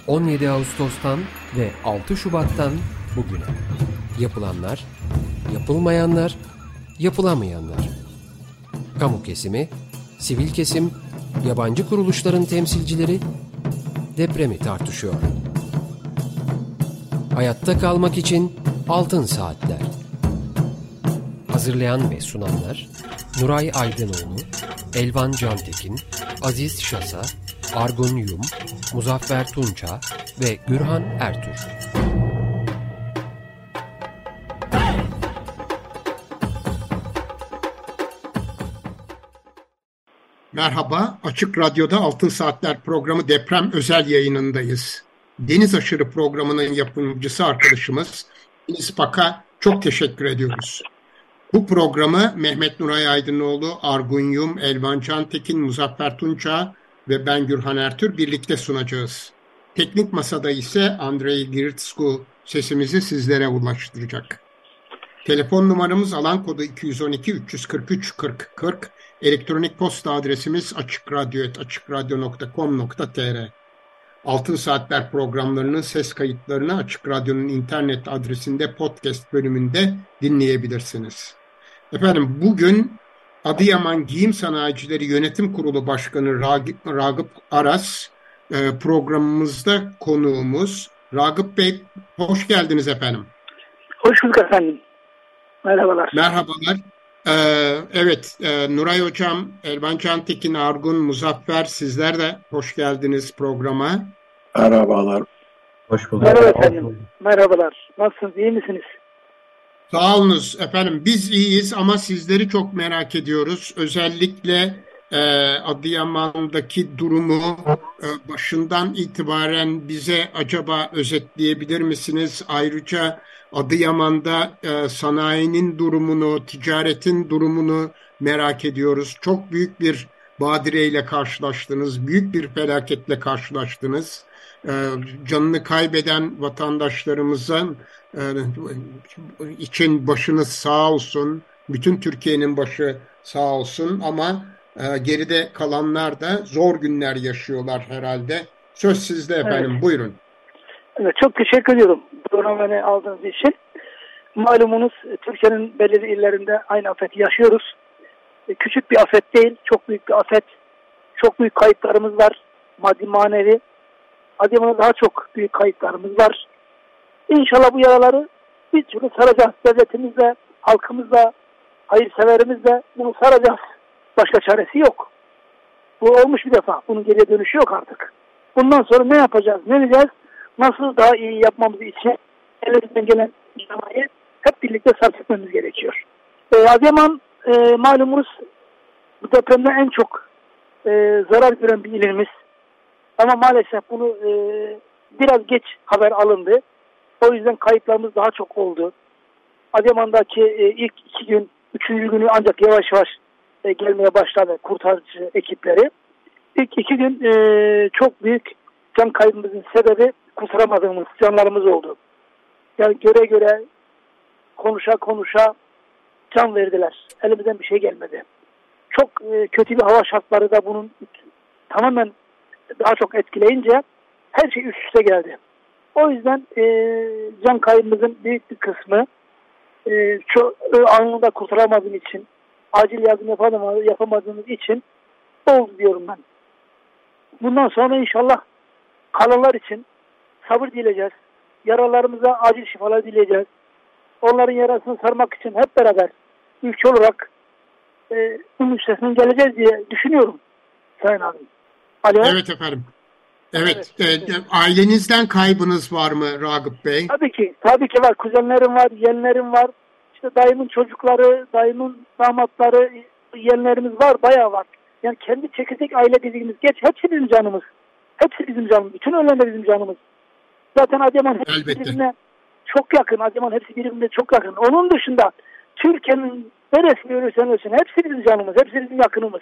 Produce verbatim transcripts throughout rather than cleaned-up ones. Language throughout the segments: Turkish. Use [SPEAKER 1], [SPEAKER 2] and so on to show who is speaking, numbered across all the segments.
[SPEAKER 1] on yedi Ağustos'tan ve altı Şubat'tan bugüne. Yapılanlar, yapılmayanlar, yapılamayanlar. Kamu kesimi, sivil kesim, yabancı kuruluşların temsilcileri depremi tartışıyor. Hayatta kalmak için Altın Saatler. Hazırlayan ve sunanlar Nuray Aydınoğlu, Elvan Cantekin, Aziz Şasa, Argun Yum, Muzaffer Tunça ve Gürhan Ertür.
[SPEAKER 2] Merhaba, Açık Radyo'da Altın Saatler programı deprem özel yayınındayız. Deniz Aşırı programının yapımcısı arkadaşımız Deniz Pak'a çok teşekkür ediyoruz. Bu programı Mehmet Nuray Aydınoğlu, Argun Yum, Elvan Cantekin, Muzaffer Tunça ve ben Gürhan Ertür birlikte sunacağız. Teknik masada ise Andrei Giritsku sesimizi sizlere ulaştıracak. Telefon numaramız alan kodu iki yüz on iki üç yüz kırk üç kırk kırk. Elektronik posta adresimiz açıkradyo et açıkradyo nokta com nokta tr. Altın Saatler programlarının ses kayıtlarını Açık Radyo'nun internet adresinde podcast bölümünde dinleyebilirsiniz. Efendim bugün Adıyaman Giyim Sanayicileri Yönetim Kurulu Başkanı Ragıp, Ragıp Aras programımızda konuğumuz. Ragıp Bey hoş geldiniz efendim.
[SPEAKER 3] Hoş bulduk efendim. Merhabalar.
[SPEAKER 2] Merhabalar. Ee, evet, e, Nuray Hocam, Elvan Cantekin, Argun, Muzaffer sizler de hoş geldiniz programa.
[SPEAKER 4] Merhabalar.
[SPEAKER 5] Hoş bulduk.
[SPEAKER 3] Merhaba efendim. Merhabalar. Nasılsınız? İyi misiniz?
[SPEAKER 2] Sağ olunuz efendim. Biz iyiyiz ama sizleri çok merak ediyoruz. Özellikle e, Adıyaman'daki durumu e, başından itibaren bize acaba özetleyebilir misiniz? Ayrıca Adıyaman'da e, sanayinin durumunu, ticaretin durumunu merak ediyoruz. Çok büyük bir badireyle karşılaştınız, büyük bir felaketle karşılaştınız. E, canını kaybeden vatandaşlarımızın e, için başınız sağ olsun, bütün Türkiye'nin başı sağ olsun ama e, geride kalanlar da zor günler yaşıyorlar herhalde. Söz sizde efendim, evet. Buyurun.
[SPEAKER 3] Evet, çok teşekkür ediyorum programı aldığınız için. Malumunuz Türkiye'nin belirli illerinde aynı afeti yaşıyoruz. Küçük bir afet değil, çok büyük bir afet. Çok büyük kayıplarımız var, maddi manevi. Adıyaman'da daha çok büyük kayıplarımız var. İnşallah bu yaraları bir türlü saracağız. Devletimizle, halkımızla, hayırseverimizle bunu saracağız. Başka çaresi yok. Bu olmuş bir defa. Bunun geriye dönüşü yok artık. Bundan sonra ne yapacağız, ne edeceğiz? Nasıl daha iyi yapmamız için elimizden gelen işlemeyi hep birlikte sarf etmemiz gerekiyor. Ee, Adıyaman e, malumunuz bu depremde en çok e, zarar gören bir ilimiz. Ama maalesef bunu e, biraz geç haber alındı. O yüzden kayıplarımız daha çok oldu. Adıyaman'daki e, ilk iki gün, üçüncü günü ancak yavaş yavaş e, gelmeye başladı kurtarıcı ekipleri. İlk iki gün e, çok büyük can kaybımızın sebebi kurtaramadığımız canlarımız oldu. Yani göre göre konuşa konuşa can verdiler. Elimizden bir şey gelmedi. Çok e, kötü bir hava şartları da bunun tamamen daha çok etkileyince her şey üst üste geldi. O yüzden e, can kaybımızın büyük bir kısmı e, çok, anında kurtaramadığım için, acil yardım yapamadığımız, yapamadığımız için oldu diyorum ben. Bundan sonra inşallah kalanlar için sabır dileyeceğiz. Yaralarımıza acil şifalar dileyeceğiz. Onların yarasını sarmak için hep beraber ülke olarak e, bunun üstesinden geleceğiz diye düşünüyorum Sayın abim. Alo.
[SPEAKER 2] Evet efendim. Evet. evet, evet. E, ailenizden kaybınız var mı Ragıp Bey?
[SPEAKER 3] Tabii ki. Tabii ki var. Kuzenlerim var, yeğenlerim var. İşte dayımın çocukları, dayımın damatları, yeğenlerimiz var. Bayağı var. Yani kendi çekirdek aile dediğimiz geç. Hepsi bizim canımız. Hepsi bizim canımız. Bütün ölenler bizim canımız. Zaten Adıyaman hepsi birbirine çok yakın. Adıyaman hepsi birbirine çok yakın. Onun dışında Türkiye'nin neresi ölürsen ölsün hepsi bizim canımız. Hepsi bizim yakınımız.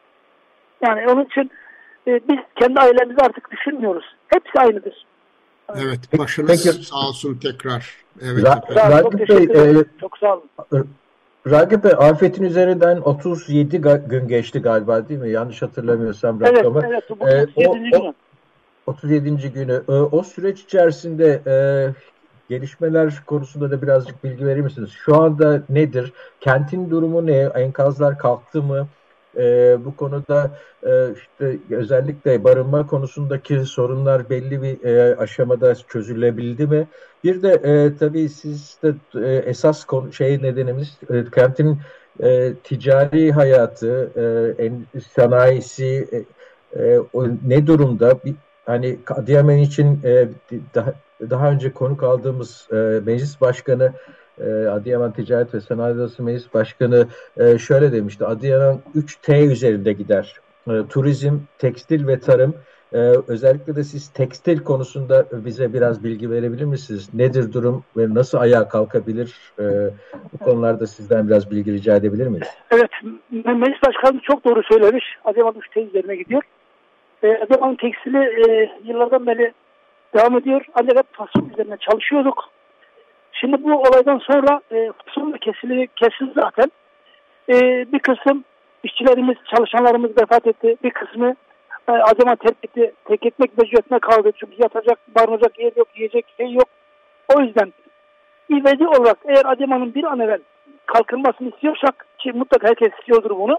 [SPEAKER 3] Yani onun için e, biz kendi ailemizi artık düşünmüyoruz. Hepsi aynıdır.
[SPEAKER 2] Evet. Başınız Peki. sağ olsun tekrar. Evet.
[SPEAKER 5] Ra- Ra-
[SPEAKER 3] çok teşekkür ederim. E, çok sağ olun.
[SPEAKER 5] Ragıp Bey, afetin üzerinden otuz yedi ga- gün geçti galiba değil mi? Yanlış hatırlamıyorsam rakamı.
[SPEAKER 3] Evet, evet. Bu ee, o, o,
[SPEAKER 5] otuz yedinci günü. E, o süreç içerisinde e, gelişmeler konusunda da birazcık bilgi verir misiniz? Şu anda nedir? Kentin durumu ne? Enkazlar kalktı mı? E, bu konuda e, işte özellikle barınma konusundaki sorunlar belli bir e, aşamada çözülebildi mi? Bir de e, tabii siz de e, esas konu, şey nedenimiz e, kentin e, ticari hayatı, e, en, sanayisi e, e, o ne durumda? Bir, hani Adıyaman için e, daha, daha önce konuk aldığımız e, meclis başkanı e, Adıyaman Ticaret ve Sanayi Odası Meclis Başkanı e, şöyle demişti. Adıyaman üç T üzerinde gider. E, turizm, tekstil ve tarım. E, özellikle de siz tekstil konusunda bize biraz bilgi verebilir misiniz? Nedir durum ve nasıl ayağa kalkabilir? E, bu konularda sizden biraz bilgi rica edebilir miyiz?
[SPEAKER 3] Evet, meclis başkanı çok doğru söylemiş. Adıyaman üç T üzerine gidiyor. E, Adıyaman tekstili e, yıllardan beri devam ediyor. Ancak hep fason üzerine çalışıyorduk. Şimdi bu olaydan sonra e, fason da kesildi, kesildi zaten. E, bir kısım işçilerimiz, çalışanlarımız vefat etti. Bir kısmı e, Adıyaman terk etti. Tek ekmek mecburiyetine kaldı. Çünkü yatacak, barınacak yer yok, yiyecek şey yok. O yüzden ivedi olarak eğer Adıyaman'ın bir an evvel kalkınmasını istiyorsak, ki mutlaka herkes istiyordur bunu,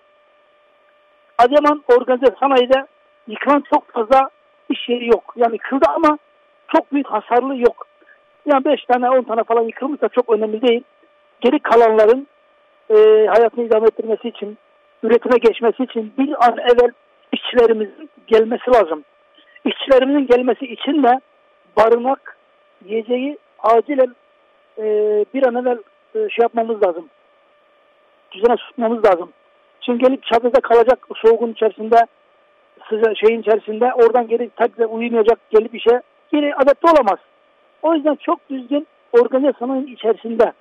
[SPEAKER 3] Adıyaman organize sanayide yıkılan çok fazla iş yeri yok. Yani yıkıldı ama çok büyük hasarlı yok. Yani beş tane on tane falan yıkılmışsa çok önemli değil. Geri kalanların e, hayatını idame ettirmesi için, üretime geçmesi için bir an evvel işçilerimizin gelmesi lazım. İşçilerimizin gelmesi için de barınak, yiyeceği acilen e, bir an evvel e, şey yapmamız lazım. Düzene tutmamız lazım. Çünkü gelip çadırda kalacak soğuğun içerisinde, sıca şeyin içerisinde, oradan geri tekrar uyumayacak, gelip işe geri adapte olamaz. O yüzden çok düzgün organize sanayinin içerisinde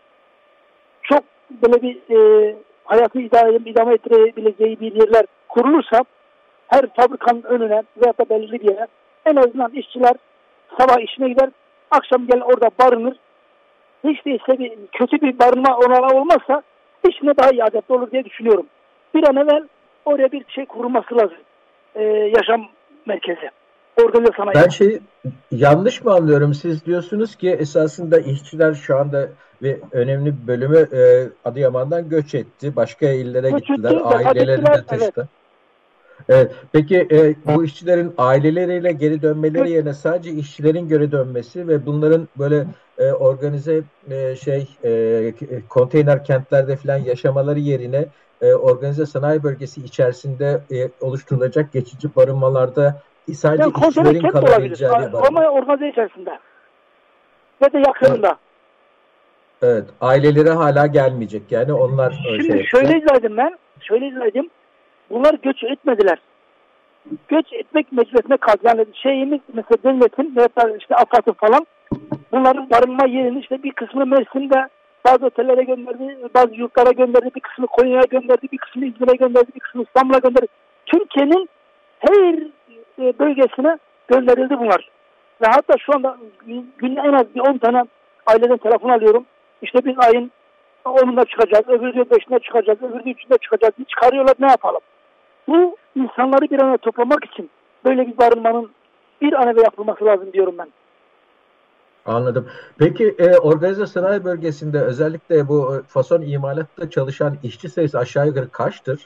[SPEAKER 3] çok böyle bir e, hayatı idame, idame ettirebileceği bir yerler kurulursa her fabrikanın önüne veya da belirli bir yere en azından işçiler sabah işine gider, akşam gel orada barınır. Hiç değilse bir, kötü bir barınma olanağı olmazsa işine daha iyi adapte olur diye düşünüyorum. Bir an evvel oraya bir şey kurulması lazım. Ee, yaşam merkezi. Organize sanayi.
[SPEAKER 5] Ben şey yanlış mı anlıyorum? Siz diyorsunuz ki esasında işçiler şu anda ve önemli bir bölümü e, Adıyaman'dan göç etti. Başka illere
[SPEAKER 3] göç
[SPEAKER 5] gittiler.
[SPEAKER 3] etti,
[SPEAKER 5] Ailelerini de taşıdı. Evet. Evet. Peki e, bu işçilerin aileleriyle geri dönmeleri
[SPEAKER 3] evet.
[SPEAKER 5] yerine sadece işçilerin geri dönmesi ve bunların böyle e, organize e, şey e, konteyner kentlerde falan yaşamaları yerine e, organize sanayi bölgesi içerisinde e, oluşturulacak geçici barınmalarda sadece
[SPEAKER 3] yani
[SPEAKER 5] işçilerin kalabileceği bir barınma.
[SPEAKER 3] Ama organize içerisinde ve de yakınında. Evet.
[SPEAKER 5] Evet. Aileleri hala gelmeyecek. Yani onlar
[SPEAKER 3] Şimdi
[SPEAKER 5] şey
[SPEAKER 3] şöyle izledim ben. Şöyle izledim. Bunlar göç etmediler. Göç etmek mecburiyetine kaldı. Yani şeyimiz mesela devletin veya işte AFAD'ın falan bunların barınma yerini işte bir kısmını Mersin'de bazı otellere gönderdi, bazı yurtlara gönderdi, bir kısmını Konya'ya gönderdi, bir kısmını İzmir'e gönderdi, bir kısmını İstanbul'a gönderdi. Türkiye'nin her bölgesine gönderildi bunlar. Ve hatta şu anda günde en az bir on tane aileden telefon alıyorum. İşte biz ayın onunda çıkacağız, öbür diyor beşinde çıkacağız, öbür diyor üçünde çıkacağız. Çıkarıyorlar, ne yapalım? Bu insanları bir araya toplamak için böyle bir barınmanın bir an evvel yapılması lazım diyorum ben.
[SPEAKER 5] Anladım. Peki e, organize sanayi bölgesinde özellikle bu fason imalatta çalışan işçi sayısı aşağı yukarı kaçtır?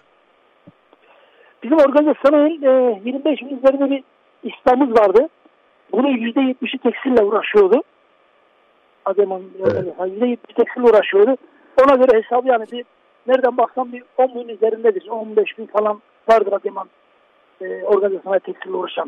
[SPEAKER 3] Bizim organize sanayinin e, yirmi beş bin üzerinde bir İslam'ımız vardı. Bunun yüzde yetmişi tekstille uğraşıyordu. Adıyaman evet. yüzde yetmiş tekstille uğraşıyordu. Ona göre hesabı yani bir nereden baksam bir on bin üzerindedir. on beş bin falan vardır Adıyaman e, organize sanayi tekstille uğraşan.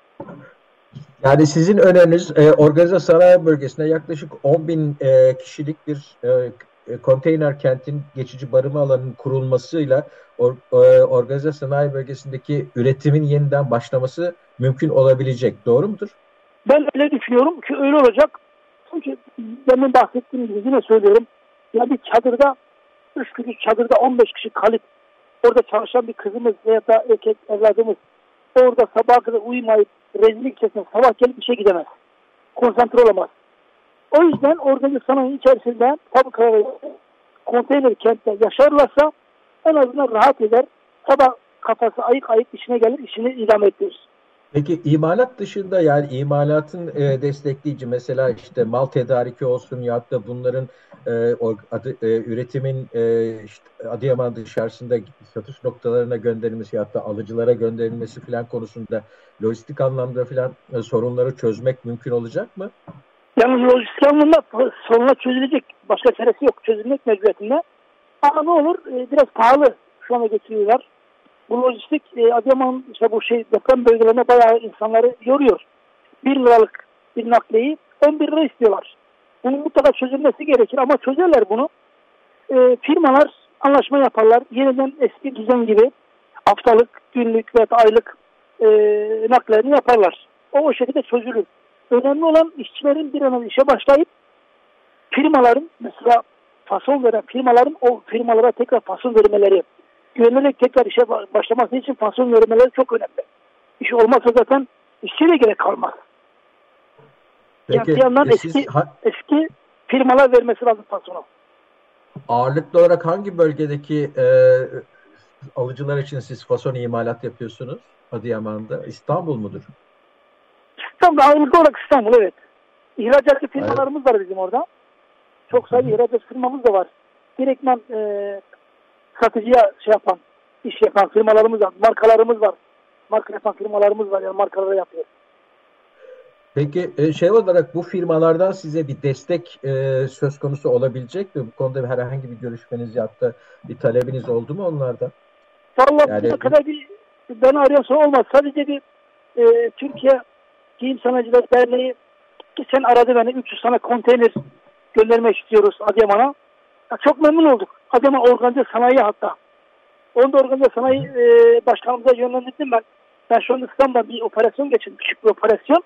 [SPEAKER 5] Yani sizin öneriniz e, organize sanayi bölgesinde yaklaşık on bin e, kişilik bir e, konteyner kentin geçici barınma alanının kurulmasıyla or, e, organize sanayi bölgesindeki üretimin yeniden başlaması mümkün olabilecek. Doğru mudur?
[SPEAKER 3] Ben öyle düşünüyorum ki öyle olacak. Çünkü demin bahsettiğim gibi yine söylüyorum. Ya bir çadırda üç kişi çadırda on beş kişi kalıp orada çalışan bir kızımız veya da erkek evladımız orada sabaha kadar uyumayıp rezillik içerisinde sabah gelip işe gidemez. Konsantre olamaz. O yüzden organize sanayi içerisinde fabrikalar konteyner kentte yaşarlarsa en azından rahat eder. Sabah kafası ayık ayık işine gelir, işini idame ettirir.
[SPEAKER 5] Peki imalat dışında, yani imalatın e, destekleyici, mesela işte mal tedariki olsun ya da bunların e, o adı, e, üretimin e, işte Adıyaman dışarısında satış noktalarına gönderilmesi ya da alıcılara gönderilmesi falan konusunda lojistik anlamda falan e, sorunları çözmek mümkün olacak mı?
[SPEAKER 3] Yalnız lojistik anlamda sorunlar çözülecek. Başka çaresi yok. Çözülmek mecburiyetinde. Ama ne olur e, biraz pahalı şu anda getiriyorlar. Bu lojistik e, Adıyaman işte bu şey deprem bölgelerine bayağı insanları yoruyor. Bir liralık bir nakliyeyi on bir lira istiyorlar. Bunun mutlaka çözülmesi gerekir ama çözerler bunu. E, firmalar anlaşma yaparlar. Yeniden eski düzen gibi haftalık, günlük veya aylık e, nakliyerini yaparlar. O o şekilde çözülür. Önemli olan işçilerin bir an önce işe başlayıp firmaların, mesela fason veren firmaların o firmalara tekrar fason vermeleri, güvenerek tekrar işe başlaması için fason vermeleri çok önemli. İş olmazsa zaten işçiye gerek kalmaz.
[SPEAKER 5] Peki,
[SPEAKER 3] yani bir yandan
[SPEAKER 5] e,
[SPEAKER 3] eski
[SPEAKER 5] siz ha,
[SPEAKER 3] eski firmalar vermesi lazım fasonu.
[SPEAKER 5] ağırlıklı olarak hangi bölgedeki e, alıcılar için siz fason imalat yapıyorsunuz Adıyaman'da? İstanbul mudur?
[SPEAKER 3] İstanbul, ağırlıklı olarak İstanbul, evet. İhracatçı firmalarımız var bizim orada. Çok sayıda ihracat firmamız da var. Direktmen e, satıcıya şey yapan, iş yapan firmalarımız var. Markalarımız var. Marka yapan firmalarımız var. Yani markaları yapıyor.
[SPEAKER 5] Peki e, şey olarak bu firmalardan size bir destek e, söz konusu olabilecek mi? Bu konuda herhangi bir görüşmeniz ya da bir talebiniz oldu mu onlardan?
[SPEAKER 3] Vallahi
[SPEAKER 5] Yani
[SPEAKER 3] bugüne kadar bir beni arıyorsa olmaz. Sadece bir e, Türkiye Giyim Sanayiciler Derneği geçen aradı beni. üç yüz tane konteyner göndermek istiyoruz Adıyaman'a. Ya çok memnun olduk. Adıyaman Organize Sanayi hatta. Onu da Organize Sanayi e, başkanımıza yönlendirdim ben. Ben şu an İstanbul'da bir operasyon geçirdim. Küçük bir operasyon.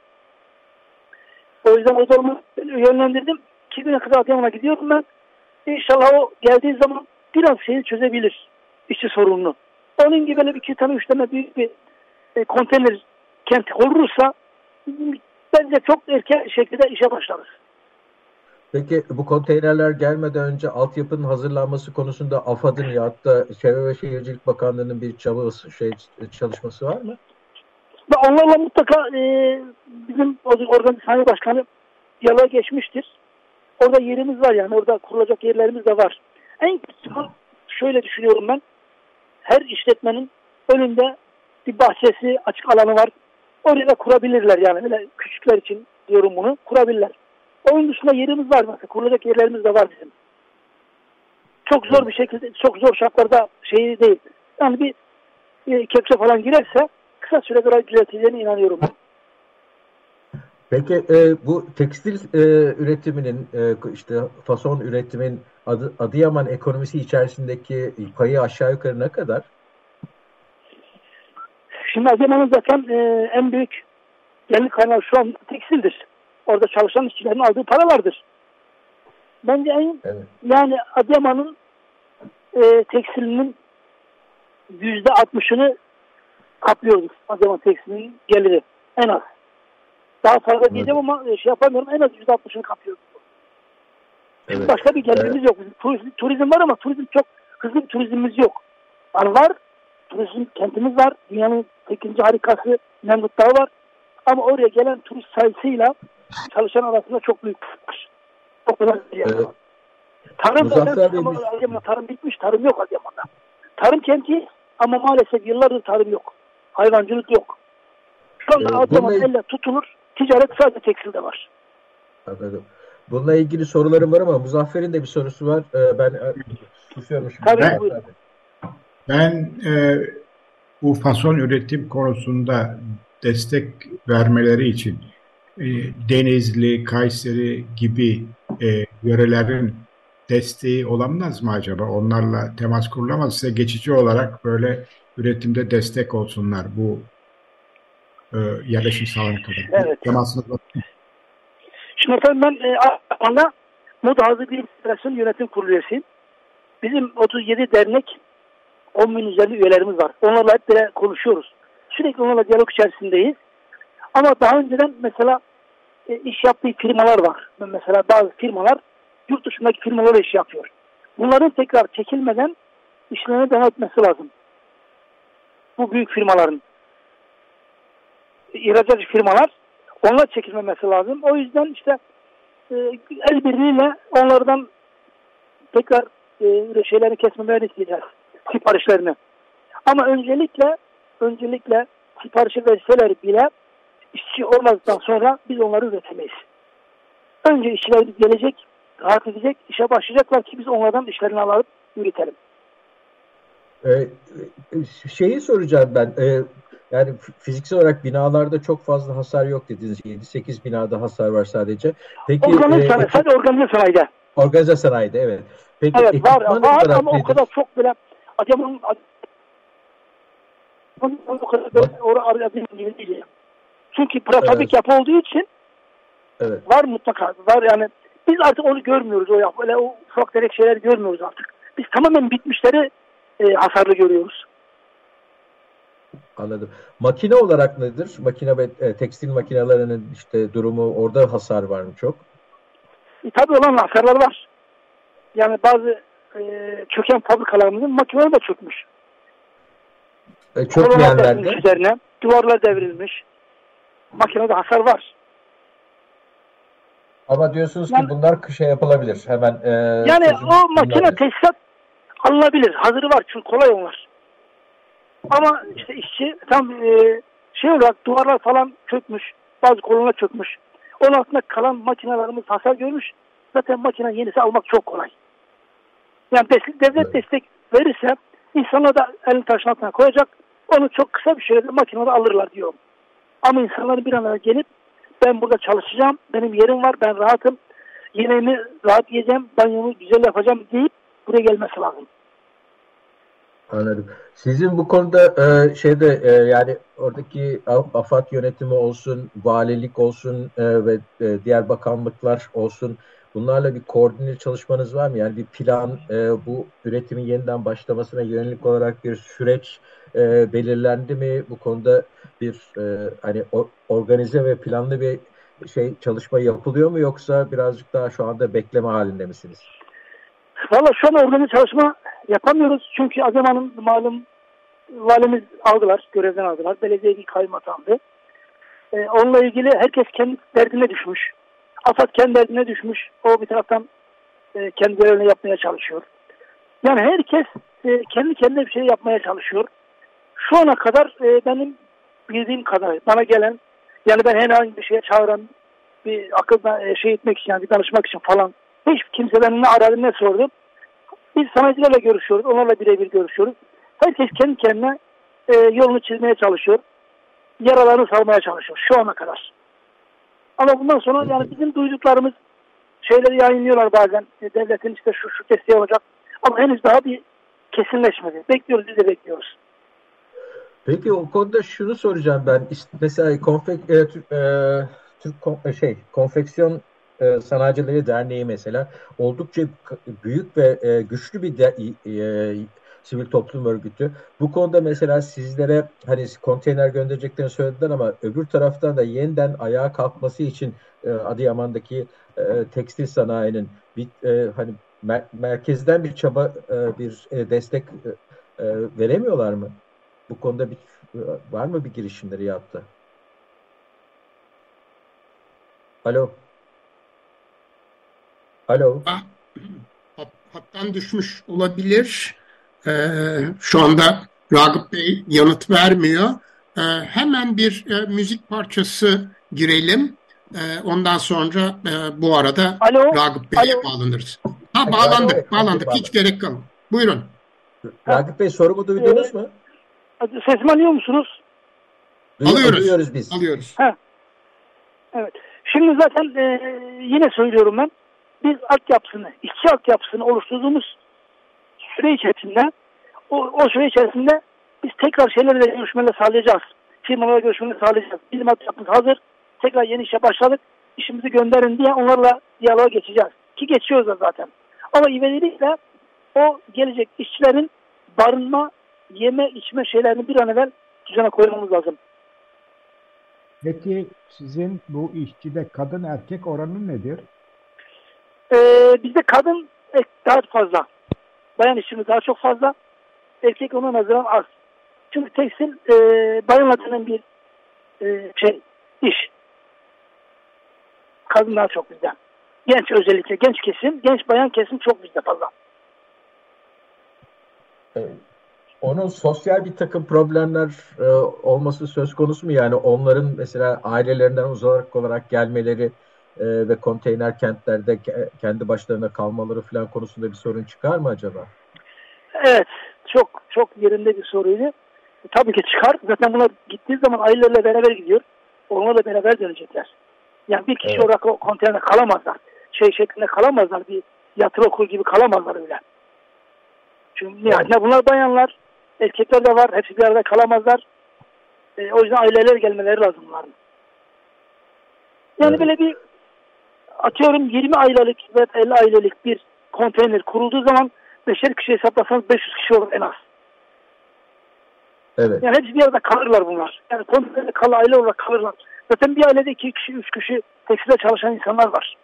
[SPEAKER 3] O yüzden o da yönlendirdim. İki güne kadar Adıyaman'a gidiyorum ben. İnşallah o geldiği zaman biraz şeyi çözebilir. İşçi sorununu. Onun gibi böyle iki tane, üç tane büyük bir e, konteyner kenti olursa bence çok erken şekilde işe başlarız.
[SPEAKER 5] peki bu konteynerler gelmeden önce altyapının hazırlanması konusunda AFAD'ın ya da Çevre ve Şehircilik Bakanlığı'nın bir çabası, şey, çalışması var mı?
[SPEAKER 3] Ve onlarla mutlaka e, bizim Organize Sanayi Başkanı diyaloğa geçmiştir. Orada yerimiz var yani. Orada kurulacak yerlerimiz de var. En kısmı şöyle düşünüyorum ben. Her işletmenin önünde bir bahçesi, açık alanı var. Oraya da kurabilirler yani. Öyle küçükler için diyorum bunu. Kurabilirler. Onun dışında yerimiz var mesela. Kurulacak yerlerimiz de var bizim. Çok zor bir şekilde, çok zor şartlarda şey değil. Yani bir e, kepçe falan girerse kısa sürede orayı düzelteceğine inanıyorum.
[SPEAKER 5] Peki e, bu tekstil e, üretiminin e, işte fason üretimin Adı, Adıyaman ekonomisi içerisindeki payı aşağı yukarı ne kadar?
[SPEAKER 3] Şimdi Adıyaman'ın zaten e, en büyük gelir kaynağı şu an tekstildir. Orada çalışan işçilerin aldığı paralardır. Bence en evet. yani Adıyaman'ın e, tekstilinin yüzde altmışını kaplıyoruz. Adıyaman tekstilinin geliri en az. Daha fazla evet. diyeceğim ama şey yapamıyorum. En az yüzde altmışını kapıyoruz. Evet. Başka bir gelirimiz evet. yok. Turizm, turizm var ama turizm çok hızlı bir turizmimiz yok. Yani var. Turizm kentimiz var. Dünyanın sekizinci harikası Nemrut Dağı var. Ama oraya gelen turist sayısıyla çalışan arasında çok büyük var. Çok önemli bir yer var. Tarım zaten ama Adıyaman'da tarım bitmiş. Tarım yok Adıyaman'da. Tarım kenti ama maalesef yıllardır tarım yok. Hayvancılık yok. Şu anda ee, Adıyaman bununla... elle tutulur. Ticaret sadece tekstilde var.
[SPEAKER 5] Anladım. Bununla ilgili sorularım var ama Muzaffer'in de bir sorusu var. Ee, ben susuyorum şimdi.
[SPEAKER 2] Tabii, ben ben e, bu fason üretim konusunda destek vermeleri için e, Denizli, Kayseri gibi e, yörelerin desteği olamaz mı acaba? Onlarla temas kurulamaz. Size geçici olarak böyle üretimde destek olsunlar bu e, yerleşim sağlanana kadar.
[SPEAKER 3] Evet.
[SPEAKER 2] Temasınız var mı?
[SPEAKER 3] Şimdi efendim ben e, ana Moda Hazır Bir Federasyon Yönetim Kurulu üyesiyim. Bizim otuz yedi dernek on bin üzerinde üyelerimiz var. Onlarla hep böyle konuşuyoruz. Sürekli onlarla diyalog içerisindeyiz. Ama daha önceden mesela e, iş yaptığı firmalar var. Mesela bazı firmalar yurt dışındaki firmalarla iş yapıyor. Bunların tekrar çekilmeden işlerine devam etmesi lazım. Bu büyük firmaların. ihracatçı firmalar, onlar çekilmemesi lazım. O yüzden işte e, el birliğiyle onlardan tekrar e, şeylerini kesmemelerini isteyeceğiz. Siparişlerini. Ama öncelikle öncelikle siparişi verseler bile işçi olmadıktan sonra biz onları üretemeyiz. Önce işçilerimiz gelecek, rahat edecek, işe başlayacaklar ki biz onlardan işlerini alıp üretelim.
[SPEAKER 5] Ee, şeyi soracağım ben. Ee, yani fiziksel olarak binalarda çok fazla hasar yok dediniz. yedi sekiz binada hasar var sadece. Peki
[SPEAKER 3] Organize
[SPEAKER 5] e,
[SPEAKER 3] sanayi, sadece organize sanayide.
[SPEAKER 5] Organize sanayide, evet. Peki
[SPEAKER 3] Evet, var,
[SPEAKER 5] ekipman
[SPEAKER 3] var
[SPEAKER 5] olarak
[SPEAKER 3] ama
[SPEAKER 5] nedir?
[SPEAKER 3] o kadar çok böyle adamın o kadar böyle oraya gibi değil. Çünkü prefabrik
[SPEAKER 5] Evet.
[SPEAKER 3] yapı olduğu için
[SPEAKER 5] Evet.
[SPEAKER 3] var mutlaka. Var yani. Biz artık onu görmüyoruz. O yap, öyle o ufak tefek şeyler görmüyoruz artık. Biz tamamen bitmişleri e, hasarlı görüyoruz.
[SPEAKER 5] Anladım. Makine olarak nedir? Makine ve e, tekstil makinelerinin işte durumu, orada hasar var mı çok?
[SPEAKER 3] E, tabii olan hasarlar var. Yani bazı e, çöken fabrikalarımızın makineleri de çökmüş.
[SPEAKER 5] E,
[SPEAKER 3] Kolonlar
[SPEAKER 5] çökmeyenlerde.
[SPEAKER 3] devrilmiş üzerine. Duvarlar devrilmiş. Makinede hasar var.
[SPEAKER 5] Ama diyorsunuz
[SPEAKER 3] Yani,
[SPEAKER 5] ki bunlar şey yapılabilir. Hemen e,
[SPEAKER 3] yani
[SPEAKER 5] çözüm
[SPEAKER 3] o makine
[SPEAKER 5] bulunabilir.
[SPEAKER 3] tesisat alınabilir. Hazırı var. Çünkü kolay onlar. Ama işte işçi tam e, şey olarak duvarlar falan çökmüş. Bazı kolonlar çökmüş. Onun altında kalan makinelerimiz hasar görmüş. Zaten makine yenisi almak çok kolay. Yani devlet
[SPEAKER 5] Evet.
[SPEAKER 3] destek verirse insanlar da elini taşın altına koyacak. Onu çok kısa bir sürede makinede alırlar diyor. Ama insanların bir an evvel gelip ben burada çalışacağım, benim yerim var, ben rahatım, yemeğimi rahat yiyeceğim, banyomu güzel yapacağım deyip buraya gelmesi lazım.
[SPEAKER 5] Anladım. Sizin bu konuda e, şeyde e, yani oradaki AFAD yönetimi olsun, valilik olsun e, ve e, diğer bakanlıklar olsun, bunlarla bir koordine çalışmanız var mı? Yani bir plan, e, bu üretimin yeniden başlamasına yönelik olarak bir süreç e, belirlendi mi? Bu konuda bir e, hani o, organize ve planlı bir şey çalışma yapılıyor mu, yoksa birazcık daha şu anda bekleme halinde misiniz?
[SPEAKER 3] Valla şu an organize çalışma yapamıyoruz. Çünkü Adıyaman'ın malum valimiz aldılar, görevden aldılar. Belediye bir kayyum atandı. Ee, onunla ilgili herkes kendi derdine düşmüş. AFAD kendi derdine düşmüş. O bir taraftan e, kendi görevini yapmaya çalışıyor. Yani herkes e, kendi kendine bir şey yapmaya çalışıyor. Şu ana kadar e, benim bildiğim kadar bana gelen, yani ben herhangi bir şeye çağıran, bir akılda e, şey etmek için, yani bir danışmak için falan hiç kimseden ne aradım ne sordum. Biz sanayicilerle görüşüyoruz, onlarla birebir görüşüyoruz. Herkes kendi kendine e, yolunu çizmeye çalışıyor. Yaralarını sarmaya çalışıyor şu ana kadar. Ama bundan sonra yani bizim duyduklarımız şeyleri yayınlıyorlar bazen. E, devletin işte şu şu desteği olacak. Ama henüz daha bir kesinleşmedi. Bekliyoruz, biz de bekliyoruz.
[SPEAKER 5] Peki o konuda şunu soracağım ben. İşte mesela konfek, e, Türk, e, Türk kon- e, şey Konfeksiyon e, Sanayicileri Derneği mesela oldukça k- büyük ve e, güçlü bir de, e, sivil toplum örgütü. Bu konuda mesela sizlere hani konteyner göndereceklerini söylediler, ama öbür taraftan da yeniden ayağa kalkması için e, Adıyaman'daki e, tekstil sanayinin bir e, hani mer- merkezden bir çaba, e, bir e, destek e, e, veremiyorlar mı? Bu konuda bir var mı bir girişimleri yaptı? Alo. Alo.
[SPEAKER 2] Ah, hat- Hattan düşmüş olabilir. Ee, şu anda Ragıp Bey yanıt vermiyor. Ee, hemen bir e, müzik parçası girelim. Ee, ondan sonra e, bu arada
[SPEAKER 3] Alo,
[SPEAKER 2] Ragıp Bey'e
[SPEAKER 3] alo.
[SPEAKER 2] bağlanırız. Ha,
[SPEAKER 5] Alo.
[SPEAKER 2] bağlandık, bağlandık. Hiç gerek kalmadı. Buyurun.
[SPEAKER 3] Ha,
[SPEAKER 5] Ragıp Bey, sorumu duydunuz
[SPEAKER 3] e,
[SPEAKER 5] mu?
[SPEAKER 3] sesimi alıyor musunuz?
[SPEAKER 5] Duy-
[SPEAKER 2] Alıyoruz,
[SPEAKER 5] duyuyoruz biz.
[SPEAKER 2] alıyoruz.
[SPEAKER 3] Ha, evet. Şimdi zaten e, yine söylüyorum ben. Biz altyapısını, işçi altyapısını oluşturduğumuz süre içerisinde o, o süre içerisinde biz tekrar şeylerle görüşmeler sağlayacağız. Firmalarla görüşmeler sağlayacağız. Bizim altyapımız hazır. Tekrar yeni işe başladık. İşimizi gönderin diye onlarla diyaloğa geçeceğiz. Ki geçiyoruz da zaten. Ama ivedilikle o gelecek işçilerin barınma, yeme, içme şeylerini bir an evvel düzene koymamız lazım.
[SPEAKER 4] Peki sizin bu işçide kadın erkek oranı nedir?
[SPEAKER 3] Ee, bizde kadın daha fazla. Bayan işçimiz daha çok fazla. Erkek ona nazaran az. Çünkü tekstil e, bayanla denen bir e, şey iş. Kadınlar çok bizde. Genç özellikle genç kesim, genç bayan kesim çok bizde fazla.
[SPEAKER 5] Evet. Onun sosyal bir takım problemler e, olması söz konusu mu? Yani onların mesela ailelerinden uzak olarak gelmeleri e, ve konteyner kentlerde ke- kendi başlarına kalmaları falan konusunda bir sorun çıkar mı acaba?
[SPEAKER 3] Evet, çok çok yerinde bir soruydu. E, tabii ki çıkar. Zaten bunlar gittiği zaman ailelerle beraber gidiyor. Onlarla beraber dönecekler. Yani bir kişi
[SPEAKER 5] Evet.
[SPEAKER 3] olarak o konteynerde kalamazlar. Şey şeklinde kalamazlar. Bir yatılı okul gibi kalamazlar öyle. Çünkü nihayetinde bunlar bayanlar. Erkekler de var. Hepsi bir arada kalamazlar. E, o yüzden aileler gelmeleri lazım bunların. Yani
[SPEAKER 5] Evet.
[SPEAKER 3] böyle bir atıyorum yirmi aylık ve elli aylık bir konteyner kurulduğu zaman beşer kişi hesaplasanız beş yüz kişi olur en az.
[SPEAKER 5] Evet.
[SPEAKER 3] Yani hepsi bir arada kalırlar bunlar. Yani konteynerde kalı aile olarak kalırlar. Zaten bir ailede iki kişi, üç kişi tekstilde çalışan insanlar var.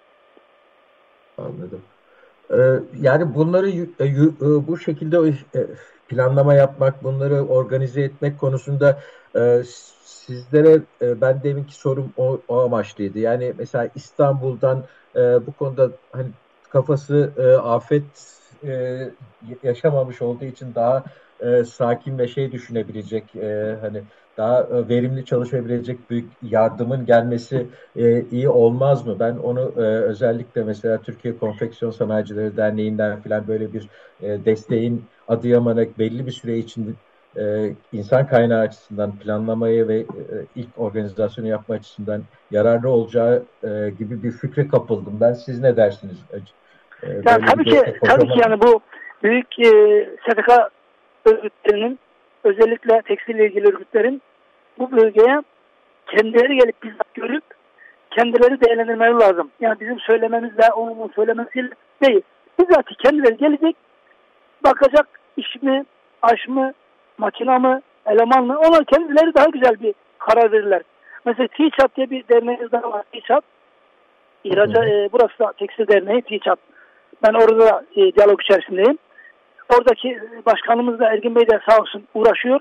[SPEAKER 5] Anladım. Ee, yani bunları y- e, y- e, bu şekilde e, planlama yapmak, bunları organize etmek konusunda e, sizlere e, ben deminki sorum o, o amaçlıydı. Yani mesela İstanbul'dan e, bu konuda hani kafası e, afet e, yaşamamış olduğu için daha e, sakin ve şey düşünebilecek, e, hani daha e, verimli çalışabilecek büyük yardımın gelmesi e, iyi olmaz mı? Ben onu e, özellikle mesela Türkiye Konfeksiyon Sanayicileri Derneği'nden falan böyle bir e, desteğin Adıyaman'a belli bir süre için e, insan kaynağı açısından planlamayı ve e, ilk organizasyonu yapma açısından yararlı olacağı e, gibi bir fikre kapıldım. Ben siz ne dersiniz? E,
[SPEAKER 3] Yani
[SPEAKER 5] böyle
[SPEAKER 3] tabii
[SPEAKER 5] bir
[SPEAKER 3] ki
[SPEAKER 5] destek
[SPEAKER 3] tabii ki
[SPEAKER 5] hoşuma.
[SPEAKER 3] yani bu büyük e, S T K örgütlerinin özellikle tekstille ilgili örgütlerin bu bölgeye kendileri gelip bizzat görüp kendileri değerlendirmeleri lazım. Yani bizim söylememizle onun söylemesiyle değil. Bizzat kendileri gelecek, bakacak iş mi, aş mı, makina mı, eleman mı? Onlar kendileri daha güzel bir karar verirler. Mesela TİÇAP diye bir derneğimiz daha var. TİÇAP. İhraca, e, burası da Tekstil Derneği TİÇAP. Ben orada da e, diyalog içerisindeyim. Oradaki başkanımız da Ergin Bey de sağ olsun uğraşıyor.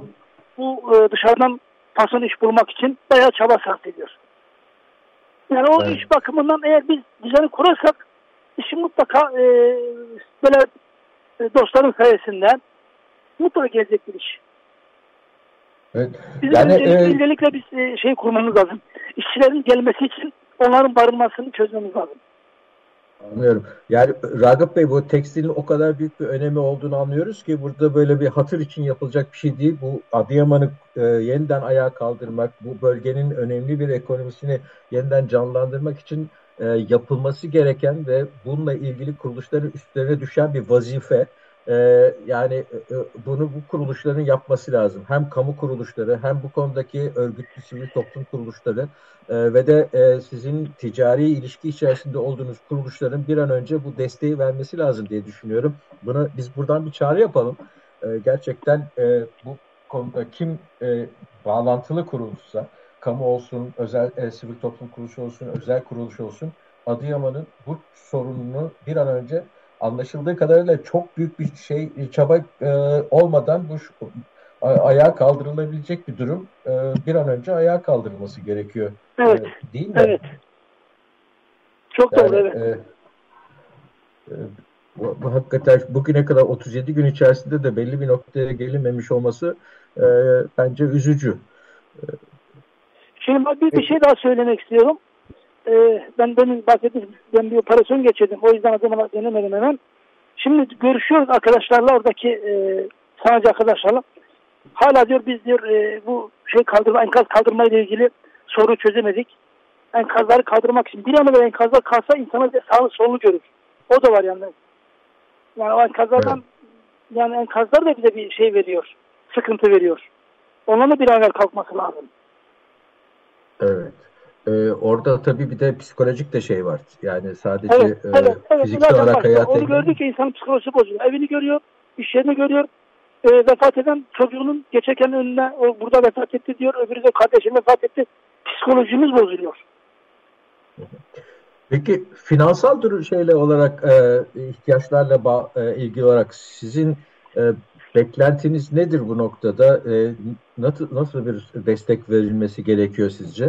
[SPEAKER 3] Bu e, dışarıdan fason iş bulmak için bayağı çaba sarf ediyor. Yani o
[SPEAKER 5] Evet.
[SPEAKER 3] iş bakımından eğer biz düzeni kurarsak işi mutlaka e, böyle e, dostların sayesinde mutlaka gelecek bir iş.
[SPEAKER 5] Evet.
[SPEAKER 3] Bizim
[SPEAKER 5] Yani
[SPEAKER 3] öncelikle,
[SPEAKER 5] e,
[SPEAKER 3] öncelikle biz e, şey kurmamız lazım. İşçilerin gelmesi için onların barınmasını çözmemiz lazım.
[SPEAKER 5] Anlıyorum. Yani Ragıp Bey, bu tekstilin o kadar büyük bir önemi olduğunu anlıyoruz ki burada böyle bir hatır için yapılacak bir şey değil. Bu Adıyaman'ı e, yeniden ayağa kaldırmak, bu bölgenin önemli bir ekonomisini yeniden canlandırmak için e, yapılması gereken ve bununla ilgili kuruluşların üstlerine düşen bir vazife. E, yani e, bunu bu kuruluşların yapması lazım. Hem kamu kuruluşları hem bu konudaki örgütlü sivil toplum kuruluşları e, ve de e, sizin ticari ilişki içerisinde olduğunuz kuruluşların bir an önce bu desteği vermesi lazım diye düşünüyorum. Bunu biz buradan bir çağrı yapalım. E, gerçekten e, bu konuda kim e, bağlantılı kuruluşsa, kamu olsun, özel e, sivil toplum kuruluşu olsun, özel kuruluş olsun, Adıyaman'ın bu sorununu bir an önce, anlaşıldığı kadarıyla çok büyük bir şey çaba e, olmadan bu ayağa kaldırılabilecek bir durum. E, bir an önce ayağa kaldırılması gerekiyor. E,
[SPEAKER 3] Evet,
[SPEAKER 5] değil mi?
[SPEAKER 3] evet. Çok doğru,
[SPEAKER 5] Yani
[SPEAKER 3] evet.
[SPEAKER 5] e, e, bu, bu hakikaten bugüne kadar otuz yedi gün içerisinde de belli bir noktaya gelinmemiş olması e, bence üzücü.
[SPEAKER 3] Şimdi bir, bir
[SPEAKER 5] Peki.
[SPEAKER 3] şey daha söylemek istiyorum. Ee, ben benim bahsettiğim ben bir operasyon geçirdim. O yüzden adımı denemedim hemen. Şimdi görüşüyoruz arkadaşlarla, oradaki e, sanatçı arkadaşlarla. Hala diyor biz diyor e, bu şey kaldırma, enkaz kaldırma ile ilgili soru çözemedik. Enkazları kaldırmak için bir an evvel enkazlar kalsa insanlar sağlı solunu görür. O da var yani. Yani o enkazlardan
[SPEAKER 5] Evet.
[SPEAKER 3] yani enkazlar da bize bir şey veriyor. Sıkıntı veriyor. Onların da bir an evvel kalkması lazım.
[SPEAKER 5] Evet. Ee, orada tabii bir de psikolojik de şey var. Yani sadece
[SPEAKER 3] Evet,
[SPEAKER 5] e,
[SPEAKER 3] evet, evet.
[SPEAKER 5] fiziksel
[SPEAKER 3] Zaten
[SPEAKER 5] olarak
[SPEAKER 3] başta
[SPEAKER 5] hayata
[SPEAKER 3] onu
[SPEAKER 5] engel.
[SPEAKER 3] gördükçe insanın psikolojisi bozuluyor. Evini görüyor, iş yerini görüyor. E, vefat eden çocuğunun geçerken önüne o burada vefat etti diyor. Öbürü de kardeşim vefat etti. Psikolojimiz bozuluyor.
[SPEAKER 5] Peki finansal durum şeyle olarak e, ihtiyaçlarla ba- e, ilgili olarak sizin e, beklentiniz nedir bu noktada? E, nasıl, nasıl bir destek verilmesi gerekiyor sizce?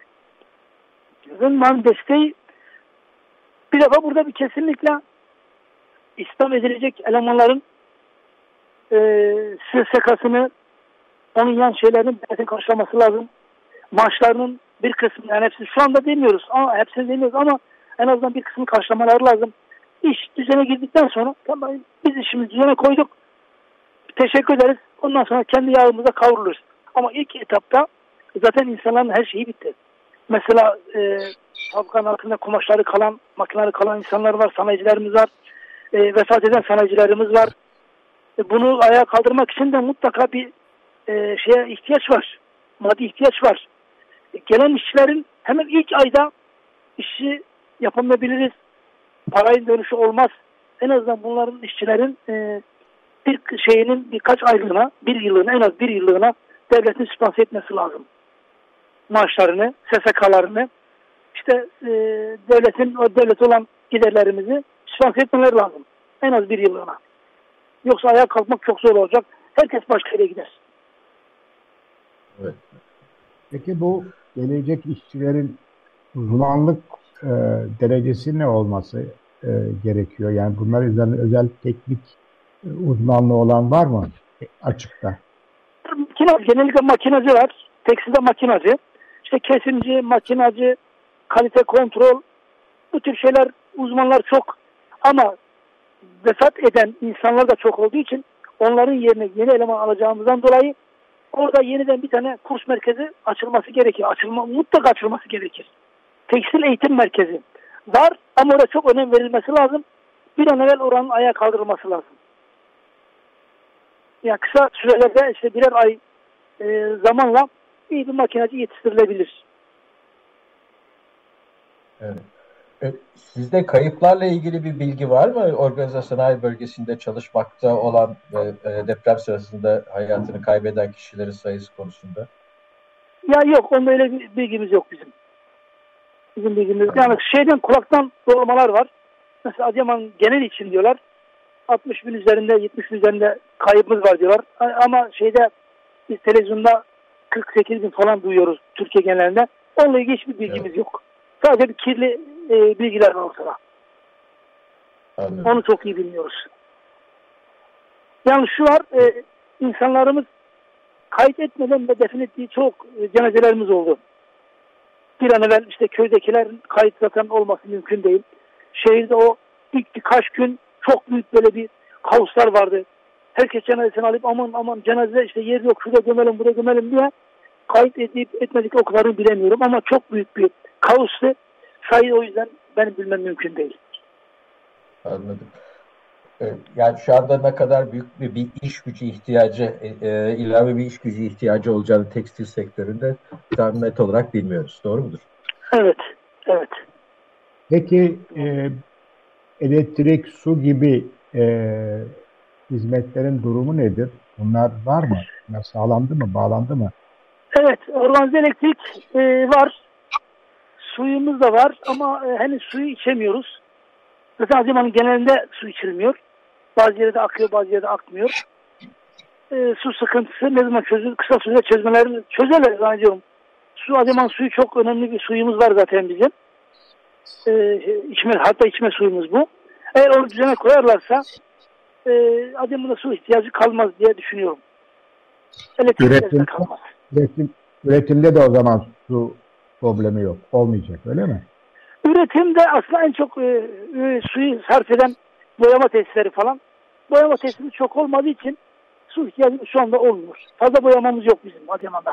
[SPEAKER 3] Zulman desteği bir defa burada bir kesinlikle İslam edilecek elemanların e, S S K'sını, onun yan şeylerinin devletin karşılaması lazım. Maaşlarının bir kısmı, yani hepsini şu anda demiyoruz ama hepsini demiyoruz ama en azından bir kısmını karşılamaları lazım. İş düzene girdikten sonra tamam, biz işimizi düzene koyduk. Teşekkür ederiz. Ondan sonra kendi yağımıza kavruluruz. Ama ilk etapta zaten insanların her şeyi bitti. Mesela e, fabrikanın altında kumaşları kalan, makineleri kalan insanlar var, sanayicilerimiz var. E, vefat eden sanayicilerimiz var. E, bunu ayağa kaldırmak için de mutlaka bir e, şeye ihtiyaç var. Maddi ihtiyaç var. E, gelen işçilerin hemen ilk ayda işi yapamayabiliriz. Parayın dönüşü olmaz. En azından bunların işçilerin e, bir şeyinin birkaç aylığına, bir yıllığına, en az bir yıllığına devletin süspanse etmesi lazım. Maaşlarını, S S K'larını, işte e, devletin, o devlet olan giderlerimizi süspanse etmeleri lazım. En az bir yıllığına. Yoksa ayağa kalkmak çok zor olacak. Herkes başka yere gider.
[SPEAKER 5] Evet.
[SPEAKER 4] Peki bu gelecek işçilerin uzmanlık e, derecesi ne olması e, gerekiyor? Yani bunlar üzerine özel teknik e, uzmanlığı olan var mı e, açıkta?
[SPEAKER 3] Makine, genellikle makinacı var. Tekstilde makinacı. İşte kesimci, makinacı, kalite kontrol, bu tür şeyler, uzmanlar çok. Ama vefat eden insanlar da çok olduğu için onların yerine yeni eleman alacağımızdan dolayı orada yeniden bir tane kurs merkezi açılması gerekir. Açılma, mutlaka açılması gerekir. Tekstil eğitim merkezi var ama orada çok önem verilmesi lazım. Bir an evvel oranın ayağa kaldırılması lazım. Yani kısa sürelerde işte birer ay e, zamanla iyi bir makinacı yetiştirilebilir.
[SPEAKER 5] Evet. Sizde kayıplarla ilgili bir bilgi var mı? Organize sanayi bölgesinde çalışmakta olan ve deprem sırasında hayatını kaybeden kişilerin sayısı konusunda?
[SPEAKER 3] Ya yok, onda öyle bir bilgimiz yok bizim. Bizim bilgimiz. Yani şeyden, kulaktan doğrulmalar var. Mesela Adıyaman genel için diyorlar. altmış bin üzerinde, yetmiş bin üzerinde kaybımız var diyorlar. Ama şeyde biz televizyonda kırk sekiz bin falan duyuyoruz Türkiye genelinde. Onunla ilgili hiçbir bilgimiz evet. yok. Sadece bir kirli e, bilgiler var ortada. Anladım. Onu çok iyi bilmiyoruz. Yani şu var, e, insanlarımız kayıt etmeden de defin ettiği çok e, cenazelerimiz oldu. Bir an evvel işte köydekilerin kayıt zaten olması mümkün değil. Şehirde o ilk birkaç gün çok büyük böyle bir kaoslar vardı. Herkes cenazesini alıp aman aman cenaze işte yer yok, şurada gömelim, burada gömelim diye kayıt edip etmedik o kadarını bilemiyorum ama çok büyük bir kaostu. Sayı o yüzden benim bilmem mümkün değil.
[SPEAKER 5] Anladım. Yani şu anda ne kadar büyük bir, bir iş gücü ihtiyacı, e, ilave bir iş gücü ihtiyacı olacağını tekstil sektöründe tam net olarak bilmiyoruz. Doğru mudur?
[SPEAKER 3] Evet, evet.
[SPEAKER 4] Peki e, elektrik, su gibi e, hizmetlerin durumu nedir? Bunlar var mı? Bunlar sağlandı mı, bağlandı mı?
[SPEAKER 3] Evet, organize elektrik e, var. Suyumuz da var ama e, henüz suyu içemiyoruz. Zaten Adıyaman'ın genelinde su içilmiyor. Bazı yerde akıyor, bazı yerde akmıyor. E, su sıkıntısı ne zaman çözülür? Kısa sürede çözmelerini çözerler zannediyorum. Su, Adıyaman suyu çok önemli bir suyumuz var zaten bizim. E, içme, hatta içme suyumuz bu. Eğer onu düzene koyarlarsa e, Adıyaman'da su ihtiyacı kalmaz diye düşünüyorum.
[SPEAKER 4] Üretim, üretim, üretimde de o zaman su problemi yok. Olmayacak, öyle mi?
[SPEAKER 3] Üretimde aslında en çok e, e, suyu sarf eden boyama tesisleri falan. Boyama tesisimiz çok olmadığı için su ihtiyacı şu anda olmuyor. Fazla boyamamız yok bizim Adıyaman'da.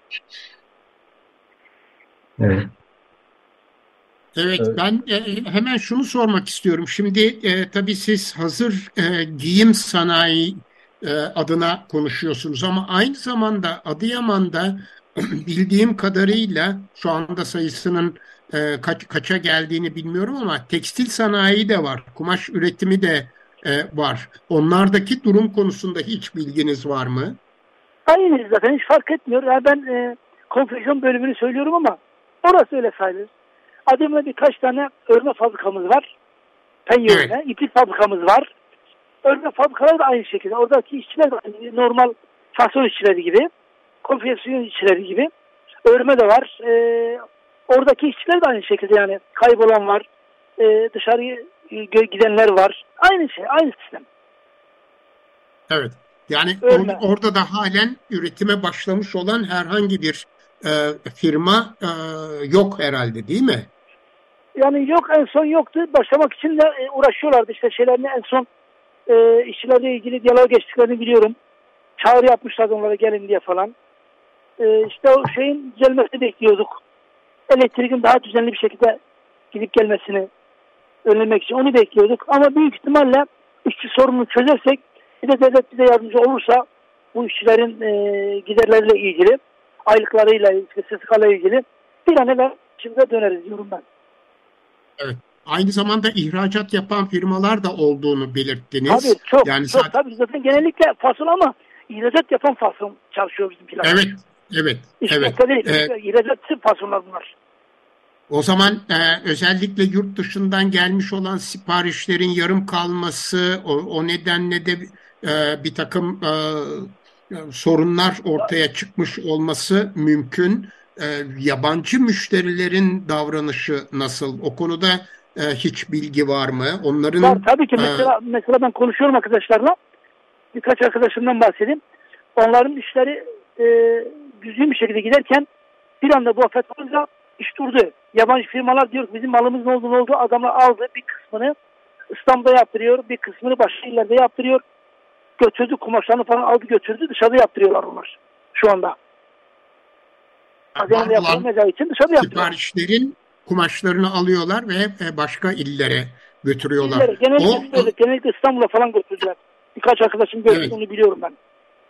[SPEAKER 2] Evet. Evet, ben e, hemen şunu sormak istiyorum. Şimdi e, tabii siz hazır e, giyim sanayi e, adına konuşuyorsunuz ama aynı zamanda Adıyaman'da bildiğim kadarıyla şu anda sayısının e, kaç, kaça geldiğini bilmiyorum ama tekstil sanayi de var, kumaş üretimi de e, var. Onlardaki durum konusunda hiç bilginiz var mı?
[SPEAKER 3] Aynı zaten, hiç fark etmiyor. Yani ben e, konfeksiyon bölümünü söylüyorum ama orası öyle sayılır. Adıyaman'da birkaç tane örme fabrikamız var. Penye örme, evet. İplik fabrikamız var. Örme fabrikaları da aynı şekilde. Oradaki işçiler de normal fason işçileri gibi. konfeksiyon işçileri gibi. Örme de var. E, oradaki işçiler de aynı şekilde yani kaybolan var. E, dışarıya gidenler var. Aynı şey, aynı sistem.
[SPEAKER 2] Evet. Yani
[SPEAKER 3] Örme.
[SPEAKER 2] or- orada da halen üretime başlamış olan herhangi bir e, firma e, yok herhalde, değil mi?
[SPEAKER 3] Yani yok, en son yoktu. Başlamak için de e, uğraşıyorlardı. İşte şeylerini en son e, işçilerle ilgili diyalog geçtiklerini biliyorum. Çağrı yapmışlardı onlara gelin diye falan. E, işte o şeyin düzelmesini bekliyorduk. Elektriğin daha düzenli bir şekilde gidip gelmesini önlemek için onu bekliyorduk. Ama büyük ihtimalle işçi sorununu çözersek, bir de devlet bize yardımcı olursa bu işçilerin e, giderleriyle ilgili, aylıklarıyla, işte S S K'yla ilgili bir an evvel şimdi döneriz diyorum ben.
[SPEAKER 2] Evet. Aynı zamanda ihracat yapan firmalar da olduğunu belirttiniz.
[SPEAKER 3] Tabii çok,
[SPEAKER 2] yani
[SPEAKER 3] çok
[SPEAKER 2] zaten...
[SPEAKER 3] tabii zaten genellikle fasıl ama ihracat yapan fasıl çalışıyor bizimkiler.
[SPEAKER 2] Evet, evet, evet.
[SPEAKER 3] Değil, ee, ihracatçı fasıllar bunlar.
[SPEAKER 2] O zaman e, özellikle yurt dışından gelmiş olan siparişlerin yarım kalması, o, o nedenle de e, bir takım e, sorunlar ortaya çıkmış olması mümkün. E, yabancı müşterilerin davranışı nasıl? O konuda e, hiç bilgi var mı? Onların
[SPEAKER 3] var tabii ki.
[SPEAKER 2] E,
[SPEAKER 3] mesela mesela ben konuşuyorum arkadaşlarla. Birkaç arkadaşımdan bahsedeyim. Onların işleri e, düzgün bir şekilde giderken bir anda bu afet olunca iş durdu. Yabancı firmalar diyor bizim malımız ne oldu ne oldu. Adamlar aldı bir kısmını İstanbul'da yaptırıyor. Bir kısmını başka illerde yaptırıyor. Götürdü kumaşlarını falan aldı götürdü. Dışarıda yaptırıyorlar onlar şu anda. Adana'da yapılamayacağı için dışarıda yaptırıyorlar.
[SPEAKER 2] Siparişlerin kumaşlarını alıyorlar ve başka illere götürüyorlar.
[SPEAKER 3] İllere, genellikle,
[SPEAKER 2] o,
[SPEAKER 3] genellikle İstanbul'a falan götürdüler. Birkaç arkadaşım götürdü, evet. Onu biliyorum ben.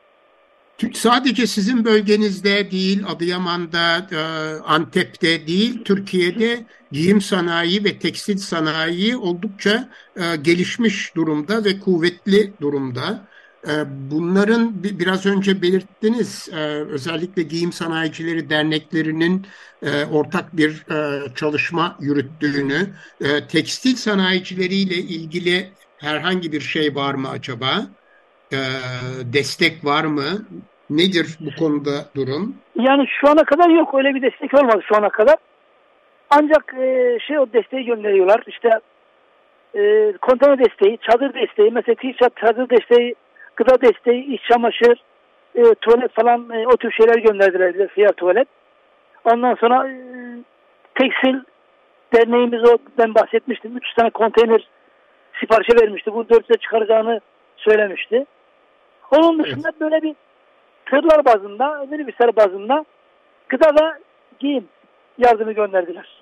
[SPEAKER 2] Sadece sizin bölgenizde değil, Adıyaman'da, Antep'te değil, Türkiye'de giyim sanayi ve tekstil sanayi oldukça gelişmiş durumda ve kuvvetli durumda. Bunların biraz önce belirttiniz, özellikle Giyim Sanayicileri Derneklerinin ortak bir çalışma yürüttüğünü, tekstil sanayicileriyle ilgili herhangi bir şey var mı acaba? Destek var mı? Nedir bu konuda durum?
[SPEAKER 3] Yani şu ana kadar yok. Öyle bir destek olmadı şu ana kadar. Ancak e, şey o desteği gönderiyorlar. İşte e, konteyner desteği, çadır desteği, mesela t-shirt, çadır desteği, gıda desteği, iç çamaşır, e, tuvalet falan e, o tür şeyler gönderdiler bize, siyah tuvalet. Ondan sonra e, tekstil derneğimiz o ben bahsetmiştim. Üç tane konteyner siparişe vermişti. Bu dörtte çıkaracağını söylemişti. Onun dışında evet. Böyle bir tırlar bazında, minibüsler bazında gıda ve giyim yardımı gönderdiler.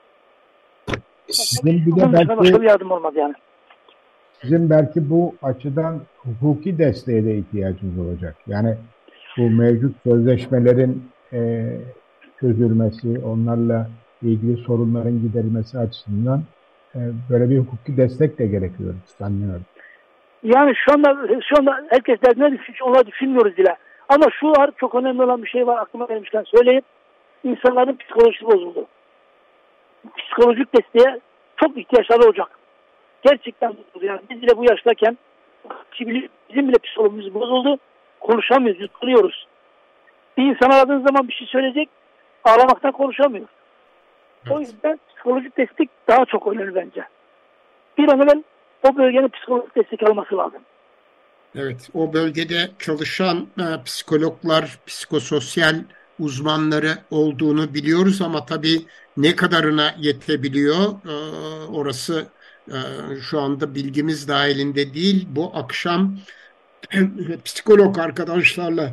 [SPEAKER 4] Sizin bir de belki,
[SPEAKER 3] başka bir yardım olmadı yani.
[SPEAKER 4] Sizin belki bu açıdan hukuki desteğe de ihtiyacınız olacak. Yani bu mevcut sözleşmelerin e, çözülmesi, onlarla ilgili sorunların giderilmesi açısından e, böyle bir hukuki destek de gerekiyor sanıyorum.
[SPEAKER 3] Yani şu anda şu anda herkes derdine düşmüş, onları düşünmüyoruz bile. Ama şu var, çok önemli olan bir şey var aklıma gelmişken söyleyeyim. İnsanların psikolojisi bozuldu. Psikolojik desteğe çok ihtiyaçları olacak. Gerçekten bozuldu. Yani biz bile bu yaştayken bizim bile psikolojimiz bozuldu. Konuşamıyoruz, yutkunuyoruz. Bir insan aradığın zaman bir şey söyleyecek, ağlamaktan konuşamıyor. Evet. O yüzden psikolojik destek daha çok önemli bence. Bir an evvel o bölgenin psikolojik destek alması lazım.
[SPEAKER 2] Evet, o bölgede çalışan e, psikologlar, psikososyal uzmanları olduğunu biliyoruz ama tabii ne kadarına yetebiliyor e, orası e, şu anda bilgimiz dahilinde değil. Bu akşam psikolog arkadaşlarla